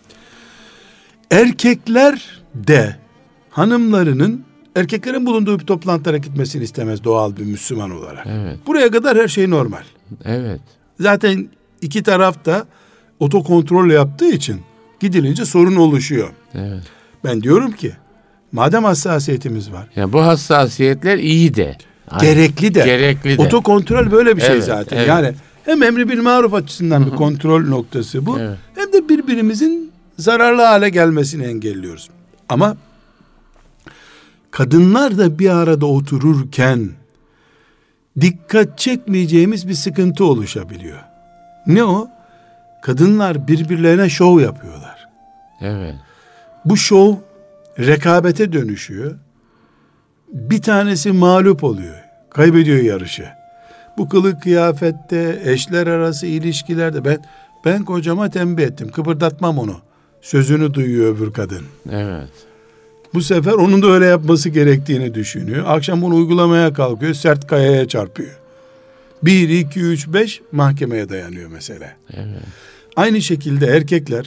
B: Erkekler de hanımlarının erkeklerin bulunduğu bir toplantılara gitmesini istemez doğal bir Müslüman olarak.
A: Evet.
B: Buraya kadar her şey normal.
A: Evet.
B: Zaten iki taraf da otokontrol yaptığı için gidilince sorun oluşuyor.
A: Evet.
B: Ben diyorum ki madem hassasiyetimiz var.
A: Ya bu hassasiyetler iyi de.
B: Gerekli de.
A: Gerekli de.
B: Otokontrol böyle bir şey
A: Evet,
B: zaten.
A: evet.
B: Yani hem emri bil maruf açısından bir kontrol noktası bu.
A: Evet.
B: Hem de birbirimizin zararlı hale gelmesini engelliyoruz. Ama kadınlar da bir arada otururken dikkat çekmeyeceğimiz bir sıkıntı oluşabiliyor. Ne o? Kadınlar birbirlerine şov yapıyorlar.
A: Evet.
B: Bu şov rekabete dönüşüyor. Bir tanesi mağlup oluyor. Kaybediyor yarışı. Bu kılık kıyafette, eşler arası ilişkilerde ben ben kocama tembih ettim. Kıpırdatmam onu. Sözünü duyuyor öbür kadın.
A: Evet.
B: Bu sefer onun da öyle yapması gerektiğini düşünüyor. Akşam bunu uygulamaya kalkıyor. Sert kayaya çarpıyor. Bir, iki, üç, beş mahkemeye dayanıyor mesele.
A: Evet.
B: Aynı şekilde erkekler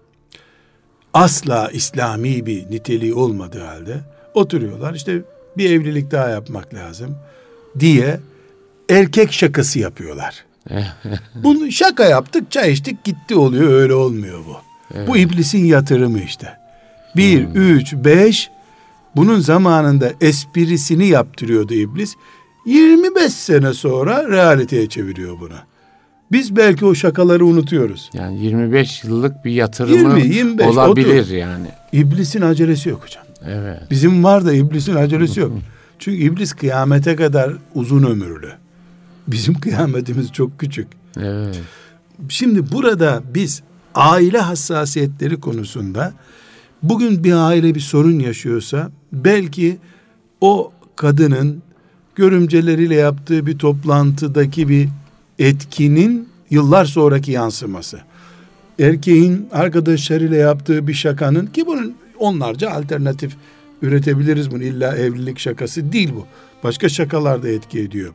B: asla İslami bir niteliği olmadığı halde oturuyorlar. İşte bir evlilik daha yapmak lazım diye erkek şakası yapıyorlar. Bunu şaka yaptık, çay içtik, gitti oluyor. Öyle olmuyor bu.
A: Evet.
B: Bu iblisin yatırımı işte. Bir,
A: Hmm.
B: üç, beş bunun zamanında esprisini yaptırıyordu iblis. yirmi beş sene sonra realiteye çeviriyor bunu. Biz belki o şakaları unutuyoruz.
A: Yani yirmi beş yıllık bir yatırımı
B: yirmi, yirmi beş,
A: olabilir
B: otuz
A: yani.
B: İblisin acelesi yok hocam.
A: Evet.
B: Bizim var da iblisin acelesi yok. Çünkü iblis kıyamete kadar uzun ömürlü. Bizim kıyametimiz çok küçük.
A: Evet.
B: Şimdi burada biz aile hassasiyetleri konusunda bugün bir aile bir sorun yaşıyorsa belki o kadının görümceleriyle yaptığı bir toplantıdaki bir etkinin yıllar sonraki yansıması. Erkeğin arkadaşlarıyla yaptığı bir şakanın, ki bunun onlarca alternatif üretebiliriz, bunu illa evlilik şakası değil bu. Başka şakalar da etki ediyor.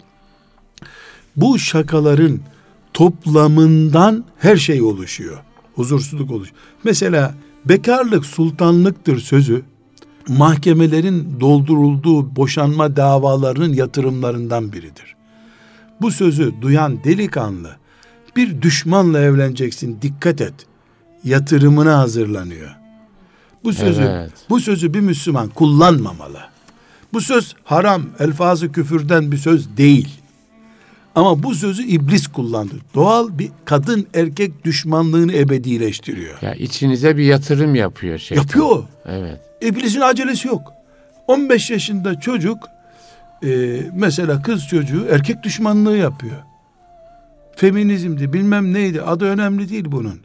B: Bu şakaların toplamından her şey oluşuyor. Huzursuzluk oluşuyor. Mesela bekarlık sultanlıktır sözü mahkemelerin doldurulduğu boşanma davalarının yatırımlarından biridir. Bu sözü duyan delikanlı bir düşmanla evleneceksin, dikkat et, yatırımına hazırlanıyor. Bu sözü
A: Evet.
B: bu sözü bir Müslüman kullanmamalı. Bu söz haram, elfazı küfürden bir söz değil. Ama bu sözü iblis kullandı. Doğal bir kadın erkek düşmanlığını ebedileştiriyor.
A: Ya içinize bir yatırım yapıyor şeytan.
B: Yapıyor.
A: Evet.
B: İblisin acelesi yok. on beş yaşında çocuk e, mesela kız çocuğu erkek düşmanlığı yapıyor. Feminizmdi, bilmem neydi, adı önemli değil bunun.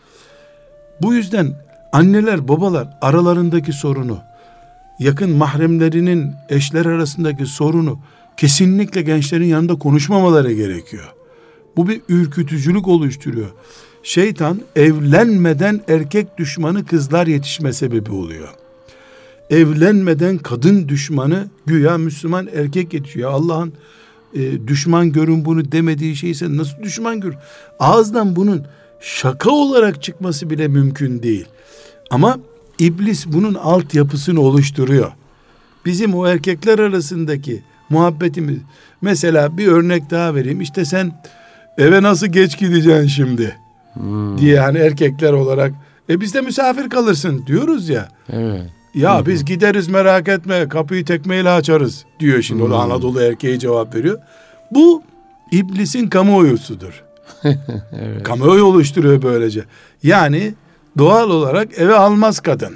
B: Bu yüzden anneler, babalar aralarındaki sorunu, yakın mahremlerinin eşler arasındaki sorunu kesinlikle gençlerin yanında konuşmamaları gerekiyor. Bu bir ürkütücülük oluşturuyor. Şeytan evlenmeden erkek düşmanı kızlar yetişme sebebi oluyor. Evlenmeden kadın düşmanı güya Müslüman erkek yetişiyor. Allah'ın e, düşman görün bunu demediği şeyse nasıl düşman gör? Ağızdan bunun şaka olarak çıkması bile mümkün değil. Ama iblis bunun altyapısını oluşturuyor. Bizim o erkekler arasındaki muhabbetimiz, mesela bir örnek daha vereyim. İşte sen eve nasıl geç gideceksin şimdi hmm. diye, hani erkekler olarak e biz de misafir kalırsın diyoruz ya.
A: Evet.
B: Ya
A: Hı-hı.
B: biz gideriz, merak etme, kapıyı tekmeyle açarız diyor şimdi. Hmm. O da Anadolu erkeği cevap veriyor. Bu iblisin kamuoyusudur. Evet. Kamuoyu oluşturuyor böylece. Yani doğal olarak eve almaz kadın.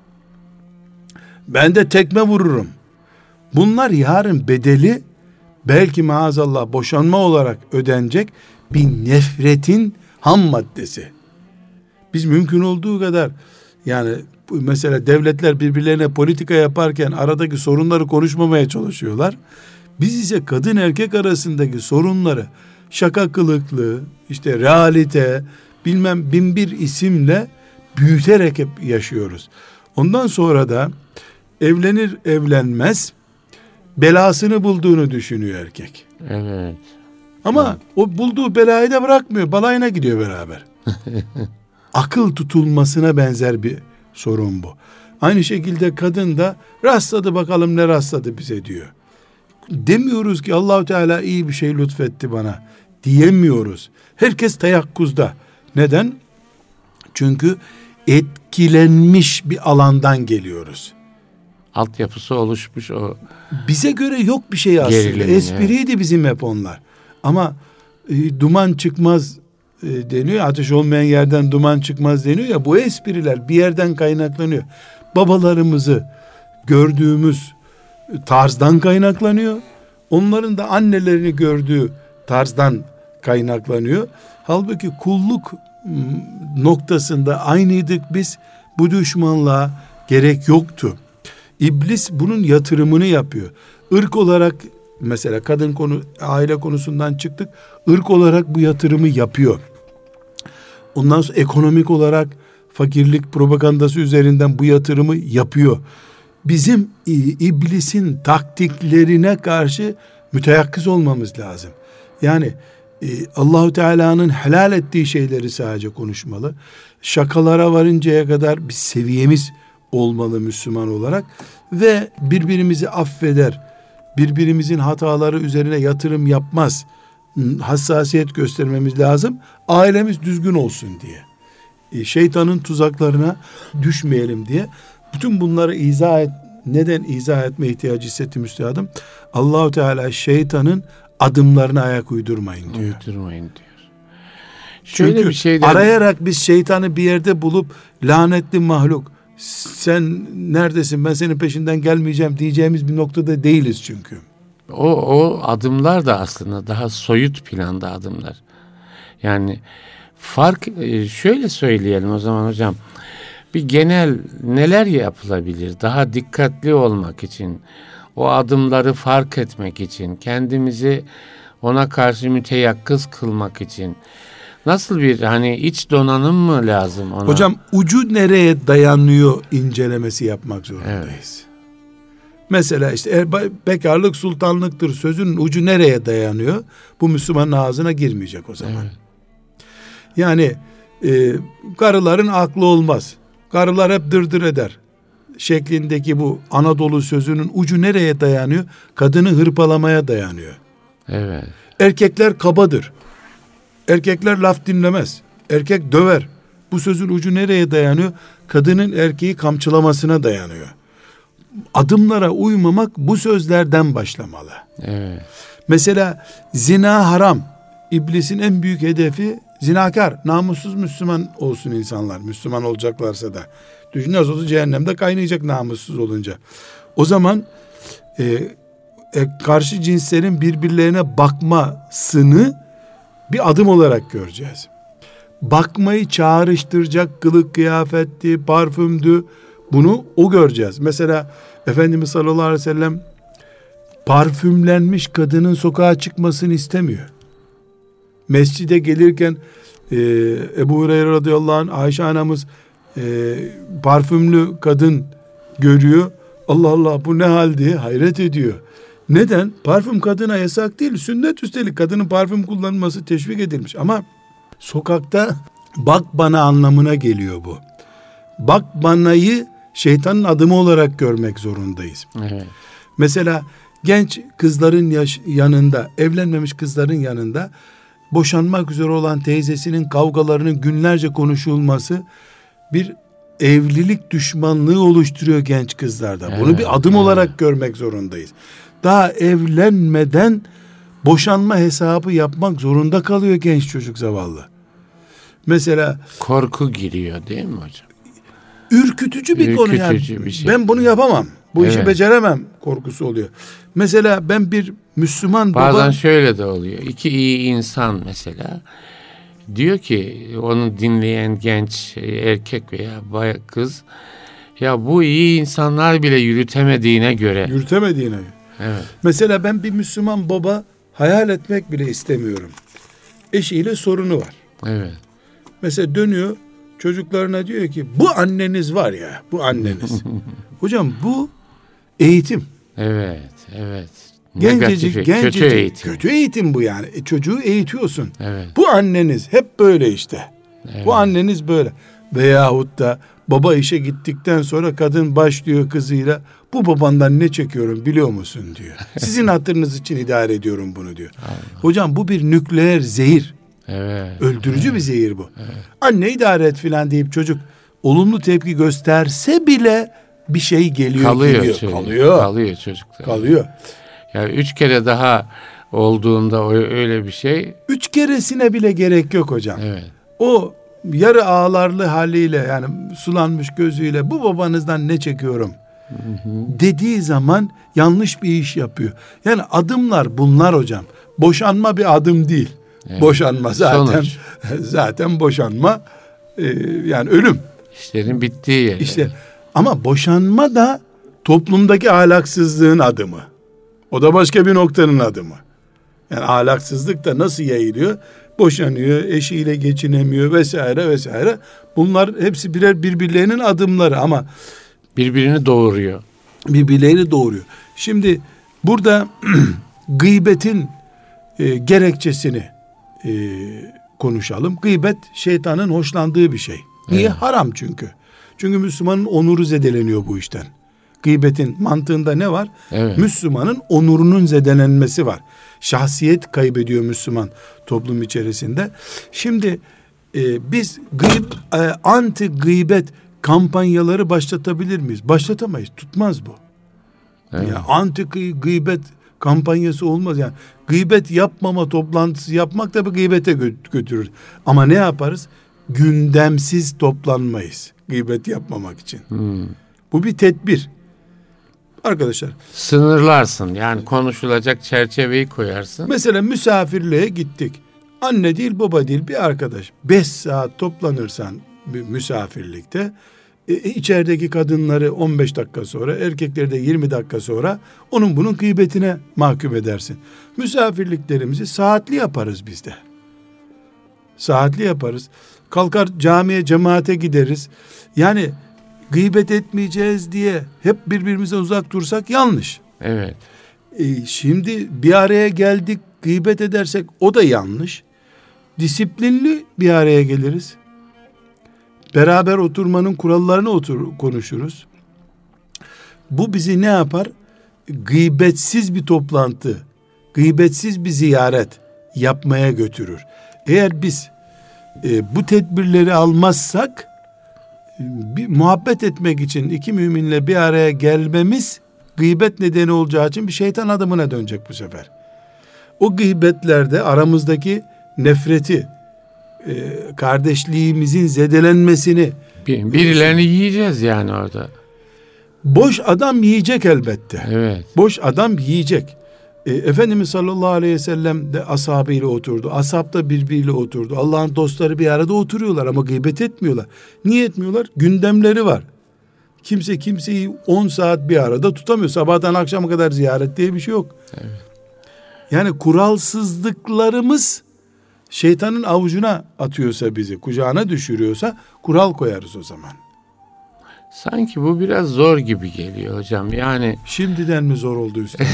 B: Ben de tekme vururum. Bunlar yarın bedeli belki maazallah boşanma olarak ödenecek bir nefretin ham maddesi. Biz mümkün olduğu kadar, yani mesela devletler birbirlerine politika yaparken aradaki sorunları konuşmamaya çalışıyorlar. Biz ise kadın erkek arasındaki sorunları şaka kılıklı, işte realite, bilmem bin bir isimle büyüterek hep yaşıyoruz. Ondan sonra da evlenir evlenmez belasını bulduğunu düşünüyor erkek.
A: Evet.
B: Ama
A: evet.
B: o bulduğu belayı da bırakmıyor. Balayına gidiyor beraber. Akıl tutulmasına benzer bir sorun bu. Aynı şekilde kadın da rastladı, bakalım ne rastladı bize diyor. Demiyoruz ki Allahu Teala iyi bir şey lütfetti bana. Diyemiyoruz. Herkes teyakkuzda. Neden? Çünkü etkilenmiş bir alandan geliyoruz.
A: Altyapısı oluşmuş o.
B: Bize göre yok bir şey aslında.
A: Gerilimin,
B: Espriydi evet. Bizim hep onlar. Ama e, duman çıkmaz e, deniyor. Ateş olmayan yerden duman çıkmaz deniyor ya. Bu espriler bir yerden kaynaklanıyor. Babalarımızı gördüğümüz tarzdan kaynaklanıyor. Onların da annelerini gördüğü tarzdan kaynaklanıyor. Halbuki kulluk noktasında aynıydık biz. Bu düşmanlığa gerek yoktu. İblis bunun yatırımını yapıyor. Irk olarak, mesela kadın konu, aile konusundan çıktık. Irk olarak bu yatırımı yapıyor. Ondan sonra ekonomik olarak fakirlik propagandası üzerinden bu yatırımı yapıyor. Bizim iblisin taktiklerine karşı müteyakkız olmamız lazım. Yani Allahu Teala'nın helal ettiği şeyleri sadece konuşmalı. Şakalara varıncaya kadar bir seviyemiz olmalı Müslüman olarak ve birbirimizi affeder, birbirimizin hataları üzerine yatırım yapmaz, hassasiyet göstermemiz lazım. Ailemiz düzgün olsun diye, şeytanın tuzaklarına düşmeyelim diye. Bütün bunları izah et, neden izah etme ihtiyacı hissettim üstadım? Allahu Teala şeytanın adımlarına ayak uydurmayın diyor.
A: Uydurmayın diyor. Şöyle
B: Çünkü
A: bir şeyden...
B: arayarak biz şeytanı bir yerde bulup lanetli mahluk, sen neredesin, ben senin peşinden gelmeyeceğim diyeceğimiz bir noktada değiliz çünkü.
A: O, o adımlar da aslında daha soyut planda adımlar. Yani fark, şöyle söyleyelim o zaman hocam. Bir genel neler yapılabilir? Daha dikkatli olmak için, o adımları fark etmek için, kendimizi ona karşı müteyakkız kılmak için nasıl bir hani iç donanım mı lazım ona?
B: Hocam ucu nereye dayanıyor incelemesi yapmak zorundayız. Evet. Mesela işte bekarlık sultanlıktır sözünün ucu nereye dayanıyor? Bu Müslümanın ağzına girmeyecek o zaman. Evet. Yani e, karıların aklı olmaz. Karılar hep dırdır eder şeklindeki bu Anadolu sözünün ucu nereye dayanıyor? Kadını hırpalamaya dayanıyor.
A: Evet.
B: Erkekler kabadır. Erkekler laf dinlemez. Erkek döver. Bu sözün ucu nereye dayanıyor? Kadının erkeği kamçılamasına dayanıyor. Adımlara uymamak bu sözlerden başlamalı.
A: Evet.
B: Mesela zina haram. İblisin en büyük hedefi zinakar, namussuz Müslüman olsun insanlar. Müslüman olacaklarsa da. Düşün nasıl olsa cehennemde kaynayacak namussuz olunca. O zaman e, e, karşı cinslerin birbirlerine bakmasını bir adım olarak göreceğiz. Bakmayı çağrıştıracak kılık kıyafetti, parfümdü. Bunu o göreceğiz. Mesela Efendimiz sallallahu aleyhi ve sellem parfümlenmiş kadının sokağa çıkmasını istemiyor. Mescide gelirken e, Ebu Hureyre radıyallahu anh, Ayşe anamız e, parfümlü kadın görüyor. Allah Allah bu ne hal diye hayret ediyor. Neden? Parfüm kadına yasak değil. Sünnet üstelik kadının parfüm kullanılması teşvik edilmiş. Ama sokakta bak bana anlamına geliyor bu. Bak banayı şeytanın adımı olarak görmek zorundayız.
A: Evet.
B: Mesela genç kızların yaş- yanında, evlenmemiş kızların yanında boşanmak üzere olan teyzesinin kavgalarının günlerce konuşulması bir evlilik düşmanlığı oluşturuyor genç kızlarda. Evet, bunu bir adım evet. olarak görmek zorundayız. Daha evlenmeden boşanma hesabı yapmak zorunda kalıyor genç çocuk zavallı. Mesela
A: korku giriyor değil mi hocam?
B: Ürkütücü bir
A: ürkütücü
B: konu yani.
A: Bir şey.
B: Ben bunu yapamam. Bu işi
A: Evet.
B: beceremem korkusu oluyor. Mesela ben bir Müslüman baba...
A: Bazen şöyle de oluyor. İki iyi insan mesela diyor ki onu dinleyen genç erkek veya bay kız, ya bu iyi insanlar bile yürütemediğine göre.
B: Yürütemediğine göre.
A: Evet.
B: Mesela ben bir Müslüman baba hayal etmek bile istemiyorum. Eşiyle sorunu var.
A: Evet.
B: Mesela dönüyor çocuklarına diyor ki bu anneniz var ya, bu anneniz. Hocam bu eğitim.
A: Evet, evet.
B: Gencecik,
A: Negatifi,
B: gencecik,
A: kötü eğitim.
B: Kötü eğitim bu yani. E, çocuğu eğitiyorsun.
A: Evet.
B: Bu anneniz hep böyle işte.
A: Evet.
B: Bu anneniz böyle. Veyahut da baba işe gittikten sonra kadın başlıyor kızıyla, bu babandan ne çekiyorum biliyor musun diyor. Sizin hatırınız için idare ediyorum bunu diyor.
A: Allah.
B: Hocam bu bir nükleer zehir.
A: Evet.
B: Öldürücü
A: evet.
B: bir zehir bu.
A: Evet.
B: Anne idare et filan deyip çocuk olumlu tepki gösterse bile bir şey geliyor,
A: Kalıyor
B: geliyor.
A: çocuk.
B: Kalıyor.
A: Kalıyor çocuklar.
B: Kalıyor.
A: Ya üç kere daha olduğunda o öyle bir şey.
B: Üç keresine bile gerek yok hocam.
A: Evet.
B: O yarı ağlarlı haliyle, yani sulanmış gözüyle bu babanızdan ne çekiyorum
A: Hı hı.
B: dediği zaman yanlış bir iş yapıyor. Yani adımlar bunlar hocam. Boşanma bir adım değil.
A: Evet.
B: Boşanma zaten
A: Sonuç.
B: zaten boşanma e, yani ölüm.
A: İşlerin bittiği yer.
B: İşte ama boşanma da toplumdaki ahlaksızlığın adımı. O da başka bir noktanın adımı. Yani ahlaksızlık da nasıl yayılıyor? Boşanıyor, eşiyle geçinemiyor vesaire vesaire. Bunlar hepsi birer birbirlerinin adımları ama
A: birbirini doğuruyor.
B: birbirlerini doğuruyor. Şimdi burada gıybetin e, gerekçesini e, konuşalım. Gıybet şeytanın hoşlandığı bir şey. Niye?
A: Evet.
B: Haram çünkü. Çünkü Müslümanın onuru zedeleniyor bu işten. Gıybetin mantığında ne var?
A: Evet.
B: Müslümanın onurunun zedelenmesi var. Şahsiyet kaybediyor Müslüman toplum içerisinde. Şimdi e, biz gıyb, e, anti gıybet kampanyaları başlatabilir miyiz? Başlatamayız. Tutmaz bu.
A: Evet.
B: Ya anti gıy- gıybet kampanyası olmaz yani. Gıybet yapmama toplantısı yapmak da bir gıybete gö- götürür. Ama ne yaparız? Gündemsiz toplanmayız. Gıybet yapmamak için.
A: Hmm.
B: Bu bir tedbir. Arkadaşlar,
A: Sınırlarsın. Yani konuşulacak çerçeveyi koyarsın.
B: mesela misafirliğe gittik. Anne değil, baba değil, bir arkadaş. Beş saat toplanırsan bir misafirlikte, e, içerideki kadınları on beş dakika sonra, erkekleri de yirmi dakika sonra onun bunun gıybetine mahkum edersin. Misafirliklerimizi saatli yaparız biz de. Saatli yaparız. Kalkar camiye, cemaate gideriz. Yani gıybet etmeyeceğiz diye hep birbirimize uzak dursak yanlış.
A: Evet.
B: E, şimdi bir araya geldik, gıybet edersek o da yanlış. Disiplinli bir araya geliriz. Beraber oturmanın kurallarını otur, konuşuruz. Bu bizi ne yapar? Gıybetsiz bir toplantı, gıybetsiz bir ziyaret yapmaya götürür. Eğer biz e, bu tedbirleri almazsak, bir muhabbet etmek için iki müminle bir araya gelmemiz gıybet nedeni olacağı için bir şeytan adımına dönecek bu sefer. O gıybetlerde aramızdaki nefreti, e, kardeşliğimizin zedelenmesini,
A: Bir, birilerini yiyeceğiz yani orada.
B: boş adam yiyecek elbette.
A: Evet.
B: Boş adam yiyecek. E, Efendimiz sallallahu aleyhi ve sellem de ashabıyla oturdu. Ashab da birbiriyle oturdu. Allah'ın dostları bir arada oturuyorlar ama gıybet etmiyorlar. Niye etmiyorlar? Gündemleri var. Kimse kimseyi on saat bir arada tutamıyor. Sabahtan akşama kadar ziyaret diye bir şey yok.
A: Evet.
B: Yani kuralsızlıklarımız şeytanın avucuna atıyorsa, bizi kucağına düşürüyorsa kural koyarız o zaman.
A: Sanki bu biraz zor gibi geliyor hocam. Yani
B: Şimdiden mi zor oldu üstadım?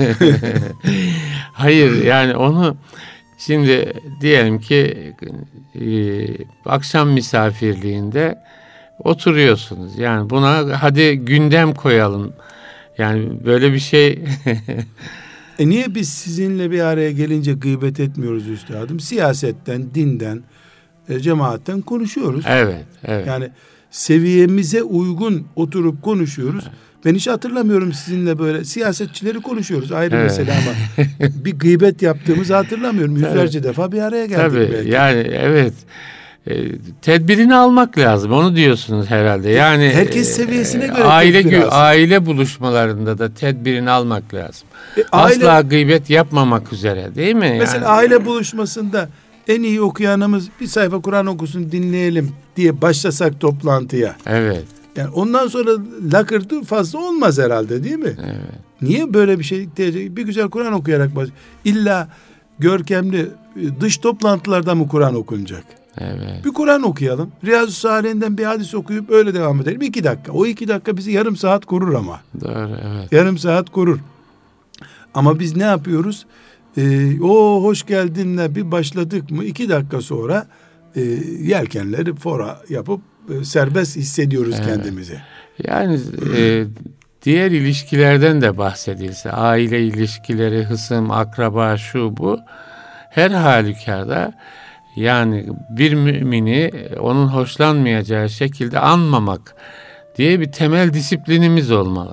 A: hayır, yani onu şimdi diyelim ki e, akşam misafirliğinde oturuyorsunuz. Yani buna hadi gündem koyalım. Yani böyle bir şey.
B: E niye biz sizinle bir araya gelince gıybet etmiyoruz üstadım? Siyasetten, dinden, e, cemaatten konuşuyoruz.
A: Evet, evet.
B: Yani seviyemize uygun oturup konuşuyoruz. Ben hiç hatırlamıyorum sizinle böyle siyasetçileri konuşuyoruz. Ayrı
A: Evet.
B: mesele ama bir gıybet yaptığımızı hatırlamıyorum. Yüzlerce defa bir araya geldik
A: Tabii
B: belki.
A: yani evet. e, tedbirini almak lazım. Onu diyorsunuz herhalde. Yani
B: herkes seviyesine göre
A: aile
B: tedbir alsın.
A: aile buluşmalarında da tedbirini almak lazım.
B: E, aile,
A: Asla gıybet yapmamak üzere, değil mi?
B: mesela
A: yani,
B: aile buluşmasında en iyi okuyanımız bir sayfa Kur'an okusun dinleyelim diye başlasak toplantıya.
A: Evet.
B: Yani ondan sonra lakırtı fazla olmaz herhalde, değil mi?
A: Evet.
B: Niye böyle bir şey diyecek? Bir güzel Kur'an okuyarak baş. İlla görkemli dış toplantılarda mı Kur'an okunacak?
A: Evet.
B: Bir Kur'an okuyalım. Riyazu Salih'inden bir hadis okuyup öyle devam edelim. İki dakika. O iki dakika bizi yarım saat korur ama.
A: Doğru, evet.
B: Yarım saat korur. Ama biz ne yapıyoruz? Ee, o hoş geldinle bir başladık mı iki dakika sonra e, yelkenleri fora yapıp e, serbest hissediyoruz
A: Evet.
B: kendimizi.
A: Yani e, diğer ilişkilerden de bahsedilse, aile ilişkileri, hısım, akraba, şu bu, her halükarda yani bir mümini onun hoşlanmayacağı şekilde anmamak diye bir temel disiplinimiz olmalı.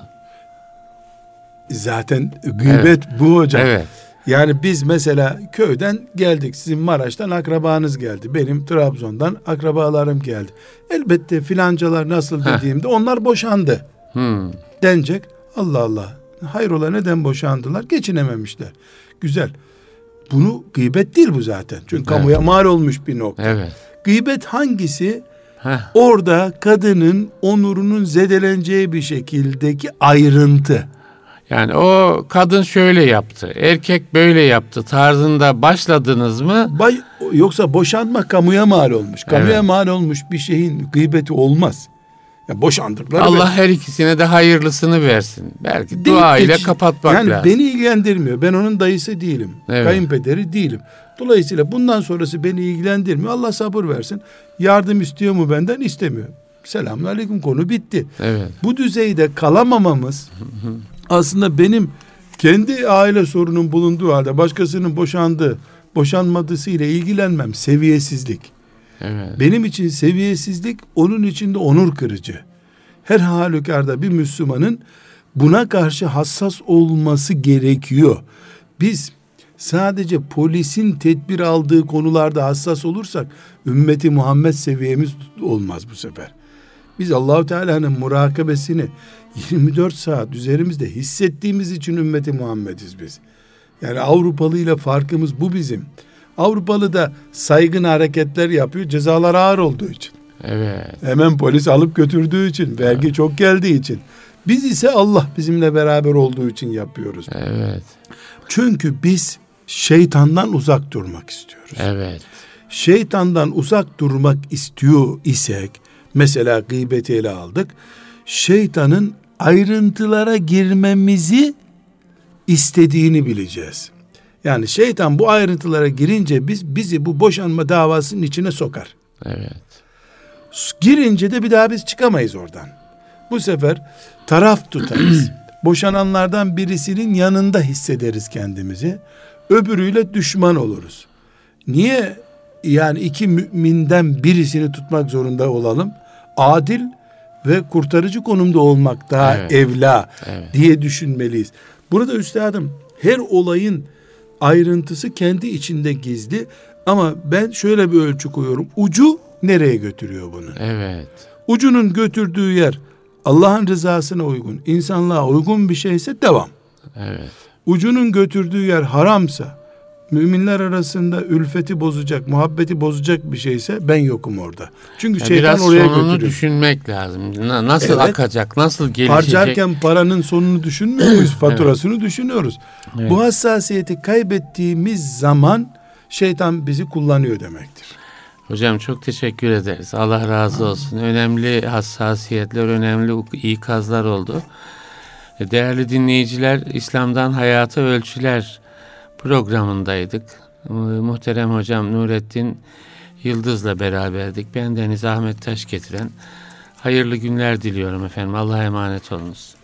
B: Zaten gıybet evet. bu hocam.
A: Evet.
B: Yani biz mesela köyden geldik. Sizin Maraş'tan akrabanız geldi. Benim Trabzon'dan akrabalarım geldi. Elbette filancalar nasıl dediğimde onlar boşandı.
A: Hmm.
B: Denecek. Allah Allah. Hayrola neden boşandılar? Geçinememişler. Güzel. Bunu gıybet değil bu zaten. Çünkü evet. kamuya mal olmuş bir nokta.
A: Evet.
B: Gıybet hangisi?
A: Heh.
B: Orada kadının onurunun zedeleneceği bir şekildeki ayrıntı.
A: Yani o kadın şöyle yaptı, erkek böyle yaptı tarzında başladınız mı?
B: Bay, yoksa boşanma kamuya mal olmuş. Kamuya
A: Evet.
B: mal olmuş bir şeyin gıybeti olmaz. Ya boşandıkları
A: Allah
B: ben,
A: her ikisine de hayırlısını versin. Belki dua ile kapatmak
B: yani
A: lazım.
B: beni ilgilendirmiyor. Ben onun dayısı değilim.
A: Evet.
B: Kayınpederi değilim. Dolayısıyla bundan sonrası beni ilgilendirmiyor. Allah sabır versin. Yardım istiyor mu benden? İstemiyor. Selamünaleyküm, konu bitti.
A: Evet.
B: Bu düzeyde kalamamamız aslında benim kendi aile sorunum bulunduğu halde başkasının boşandığı, boşanmadığıyla ilgilenmem seviyesizlik.
A: Evet.
B: Benim için seviyesizlik, onun için de onur kırıcı. Her halükarda bir Müslümanın buna karşı hassas olması gerekiyor. Biz sadece polisin tedbir aldığı konularda hassas olursak ümmeti Muhammed seviyemiz olmaz bu sefer. Biz Allah-u Teala'nın murakabesini yirmi dört saat üzerimizde hissettiğimiz için ümmeti Muhammediz biz. Yani Avrupalı ile farkımız bu bizim. Avrupalı da saygın hareketler yapıyor, cezalar ağır olduğu için.
A: Evet.
B: Hemen polis alıp götürdüğü için, vergi evet. çok geldiği için. Biz ise Allah bizimle beraber olduğu için yapıyoruz.
A: Evet.
B: Çünkü biz şeytandan uzak durmak istiyoruz.
A: Evet.
B: Şeytandan uzak durmak istiyor isek, mesela gıybeti ele aldık, şeytanın ayrıntılara girmemizi istediğini bileceğiz. Yani şeytan bu ayrıntılara girince biz bizi bu boşanma davasının içine sokar.
A: Evet.
B: Girince de bir daha biz çıkamayız oradan. Bu sefer taraf tutarız. Boşananlardan birisinin yanında hissederiz kendimizi. Öbürüyle düşman oluruz. Niye yani iki müminden birisini tutmak zorunda olalım? Adil ve kurtarıcı konumda olmak daha
A: evet.
B: evla
A: evet.
B: diye düşünmeliyiz. Burada üstadım her olayın ayrıntısı kendi içinde gizli ama ben şöyle bir ölçü koyuyorum. Ucu nereye götürüyor bunu?
A: Evet.
B: Ucunun götürdüğü yer Allah'ın rızasına uygun, insanlığa uygun bir şeyse devam.
A: Evet.
B: Ucunun götürdüğü yer haramsa, müminler arasında ülfeti bozacak, muhabbeti bozacak bir şeyse ben yokum orada. Çünkü
A: yani
B: şeytan oraya götürüyor. Biraz sonunu
A: düşünmek lazım. Nasıl evet. akacak, nasıl gelişecek?
B: Harcarken paranın sonunu düşünmüyor muyuz? Faturasını evet. düşünüyoruz.
A: Evet.
B: Bu hassasiyeti kaybettiğimiz zaman şeytan bizi kullanıyor demektir.
A: Hocam çok teşekkür ederiz. Allah razı olsun. Önemli hassasiyetler, önemli ikazlar oldu. Değerli dinleyiciler, İslam'dan Hayata Ölçüler programındaydık. Muhterem hocam Nurettin Yıldız'la beraberdik. Ben Deniz Ahmet Taş getiren hayırlı günler diliyorum efendim. Allah'a emanet olunuz.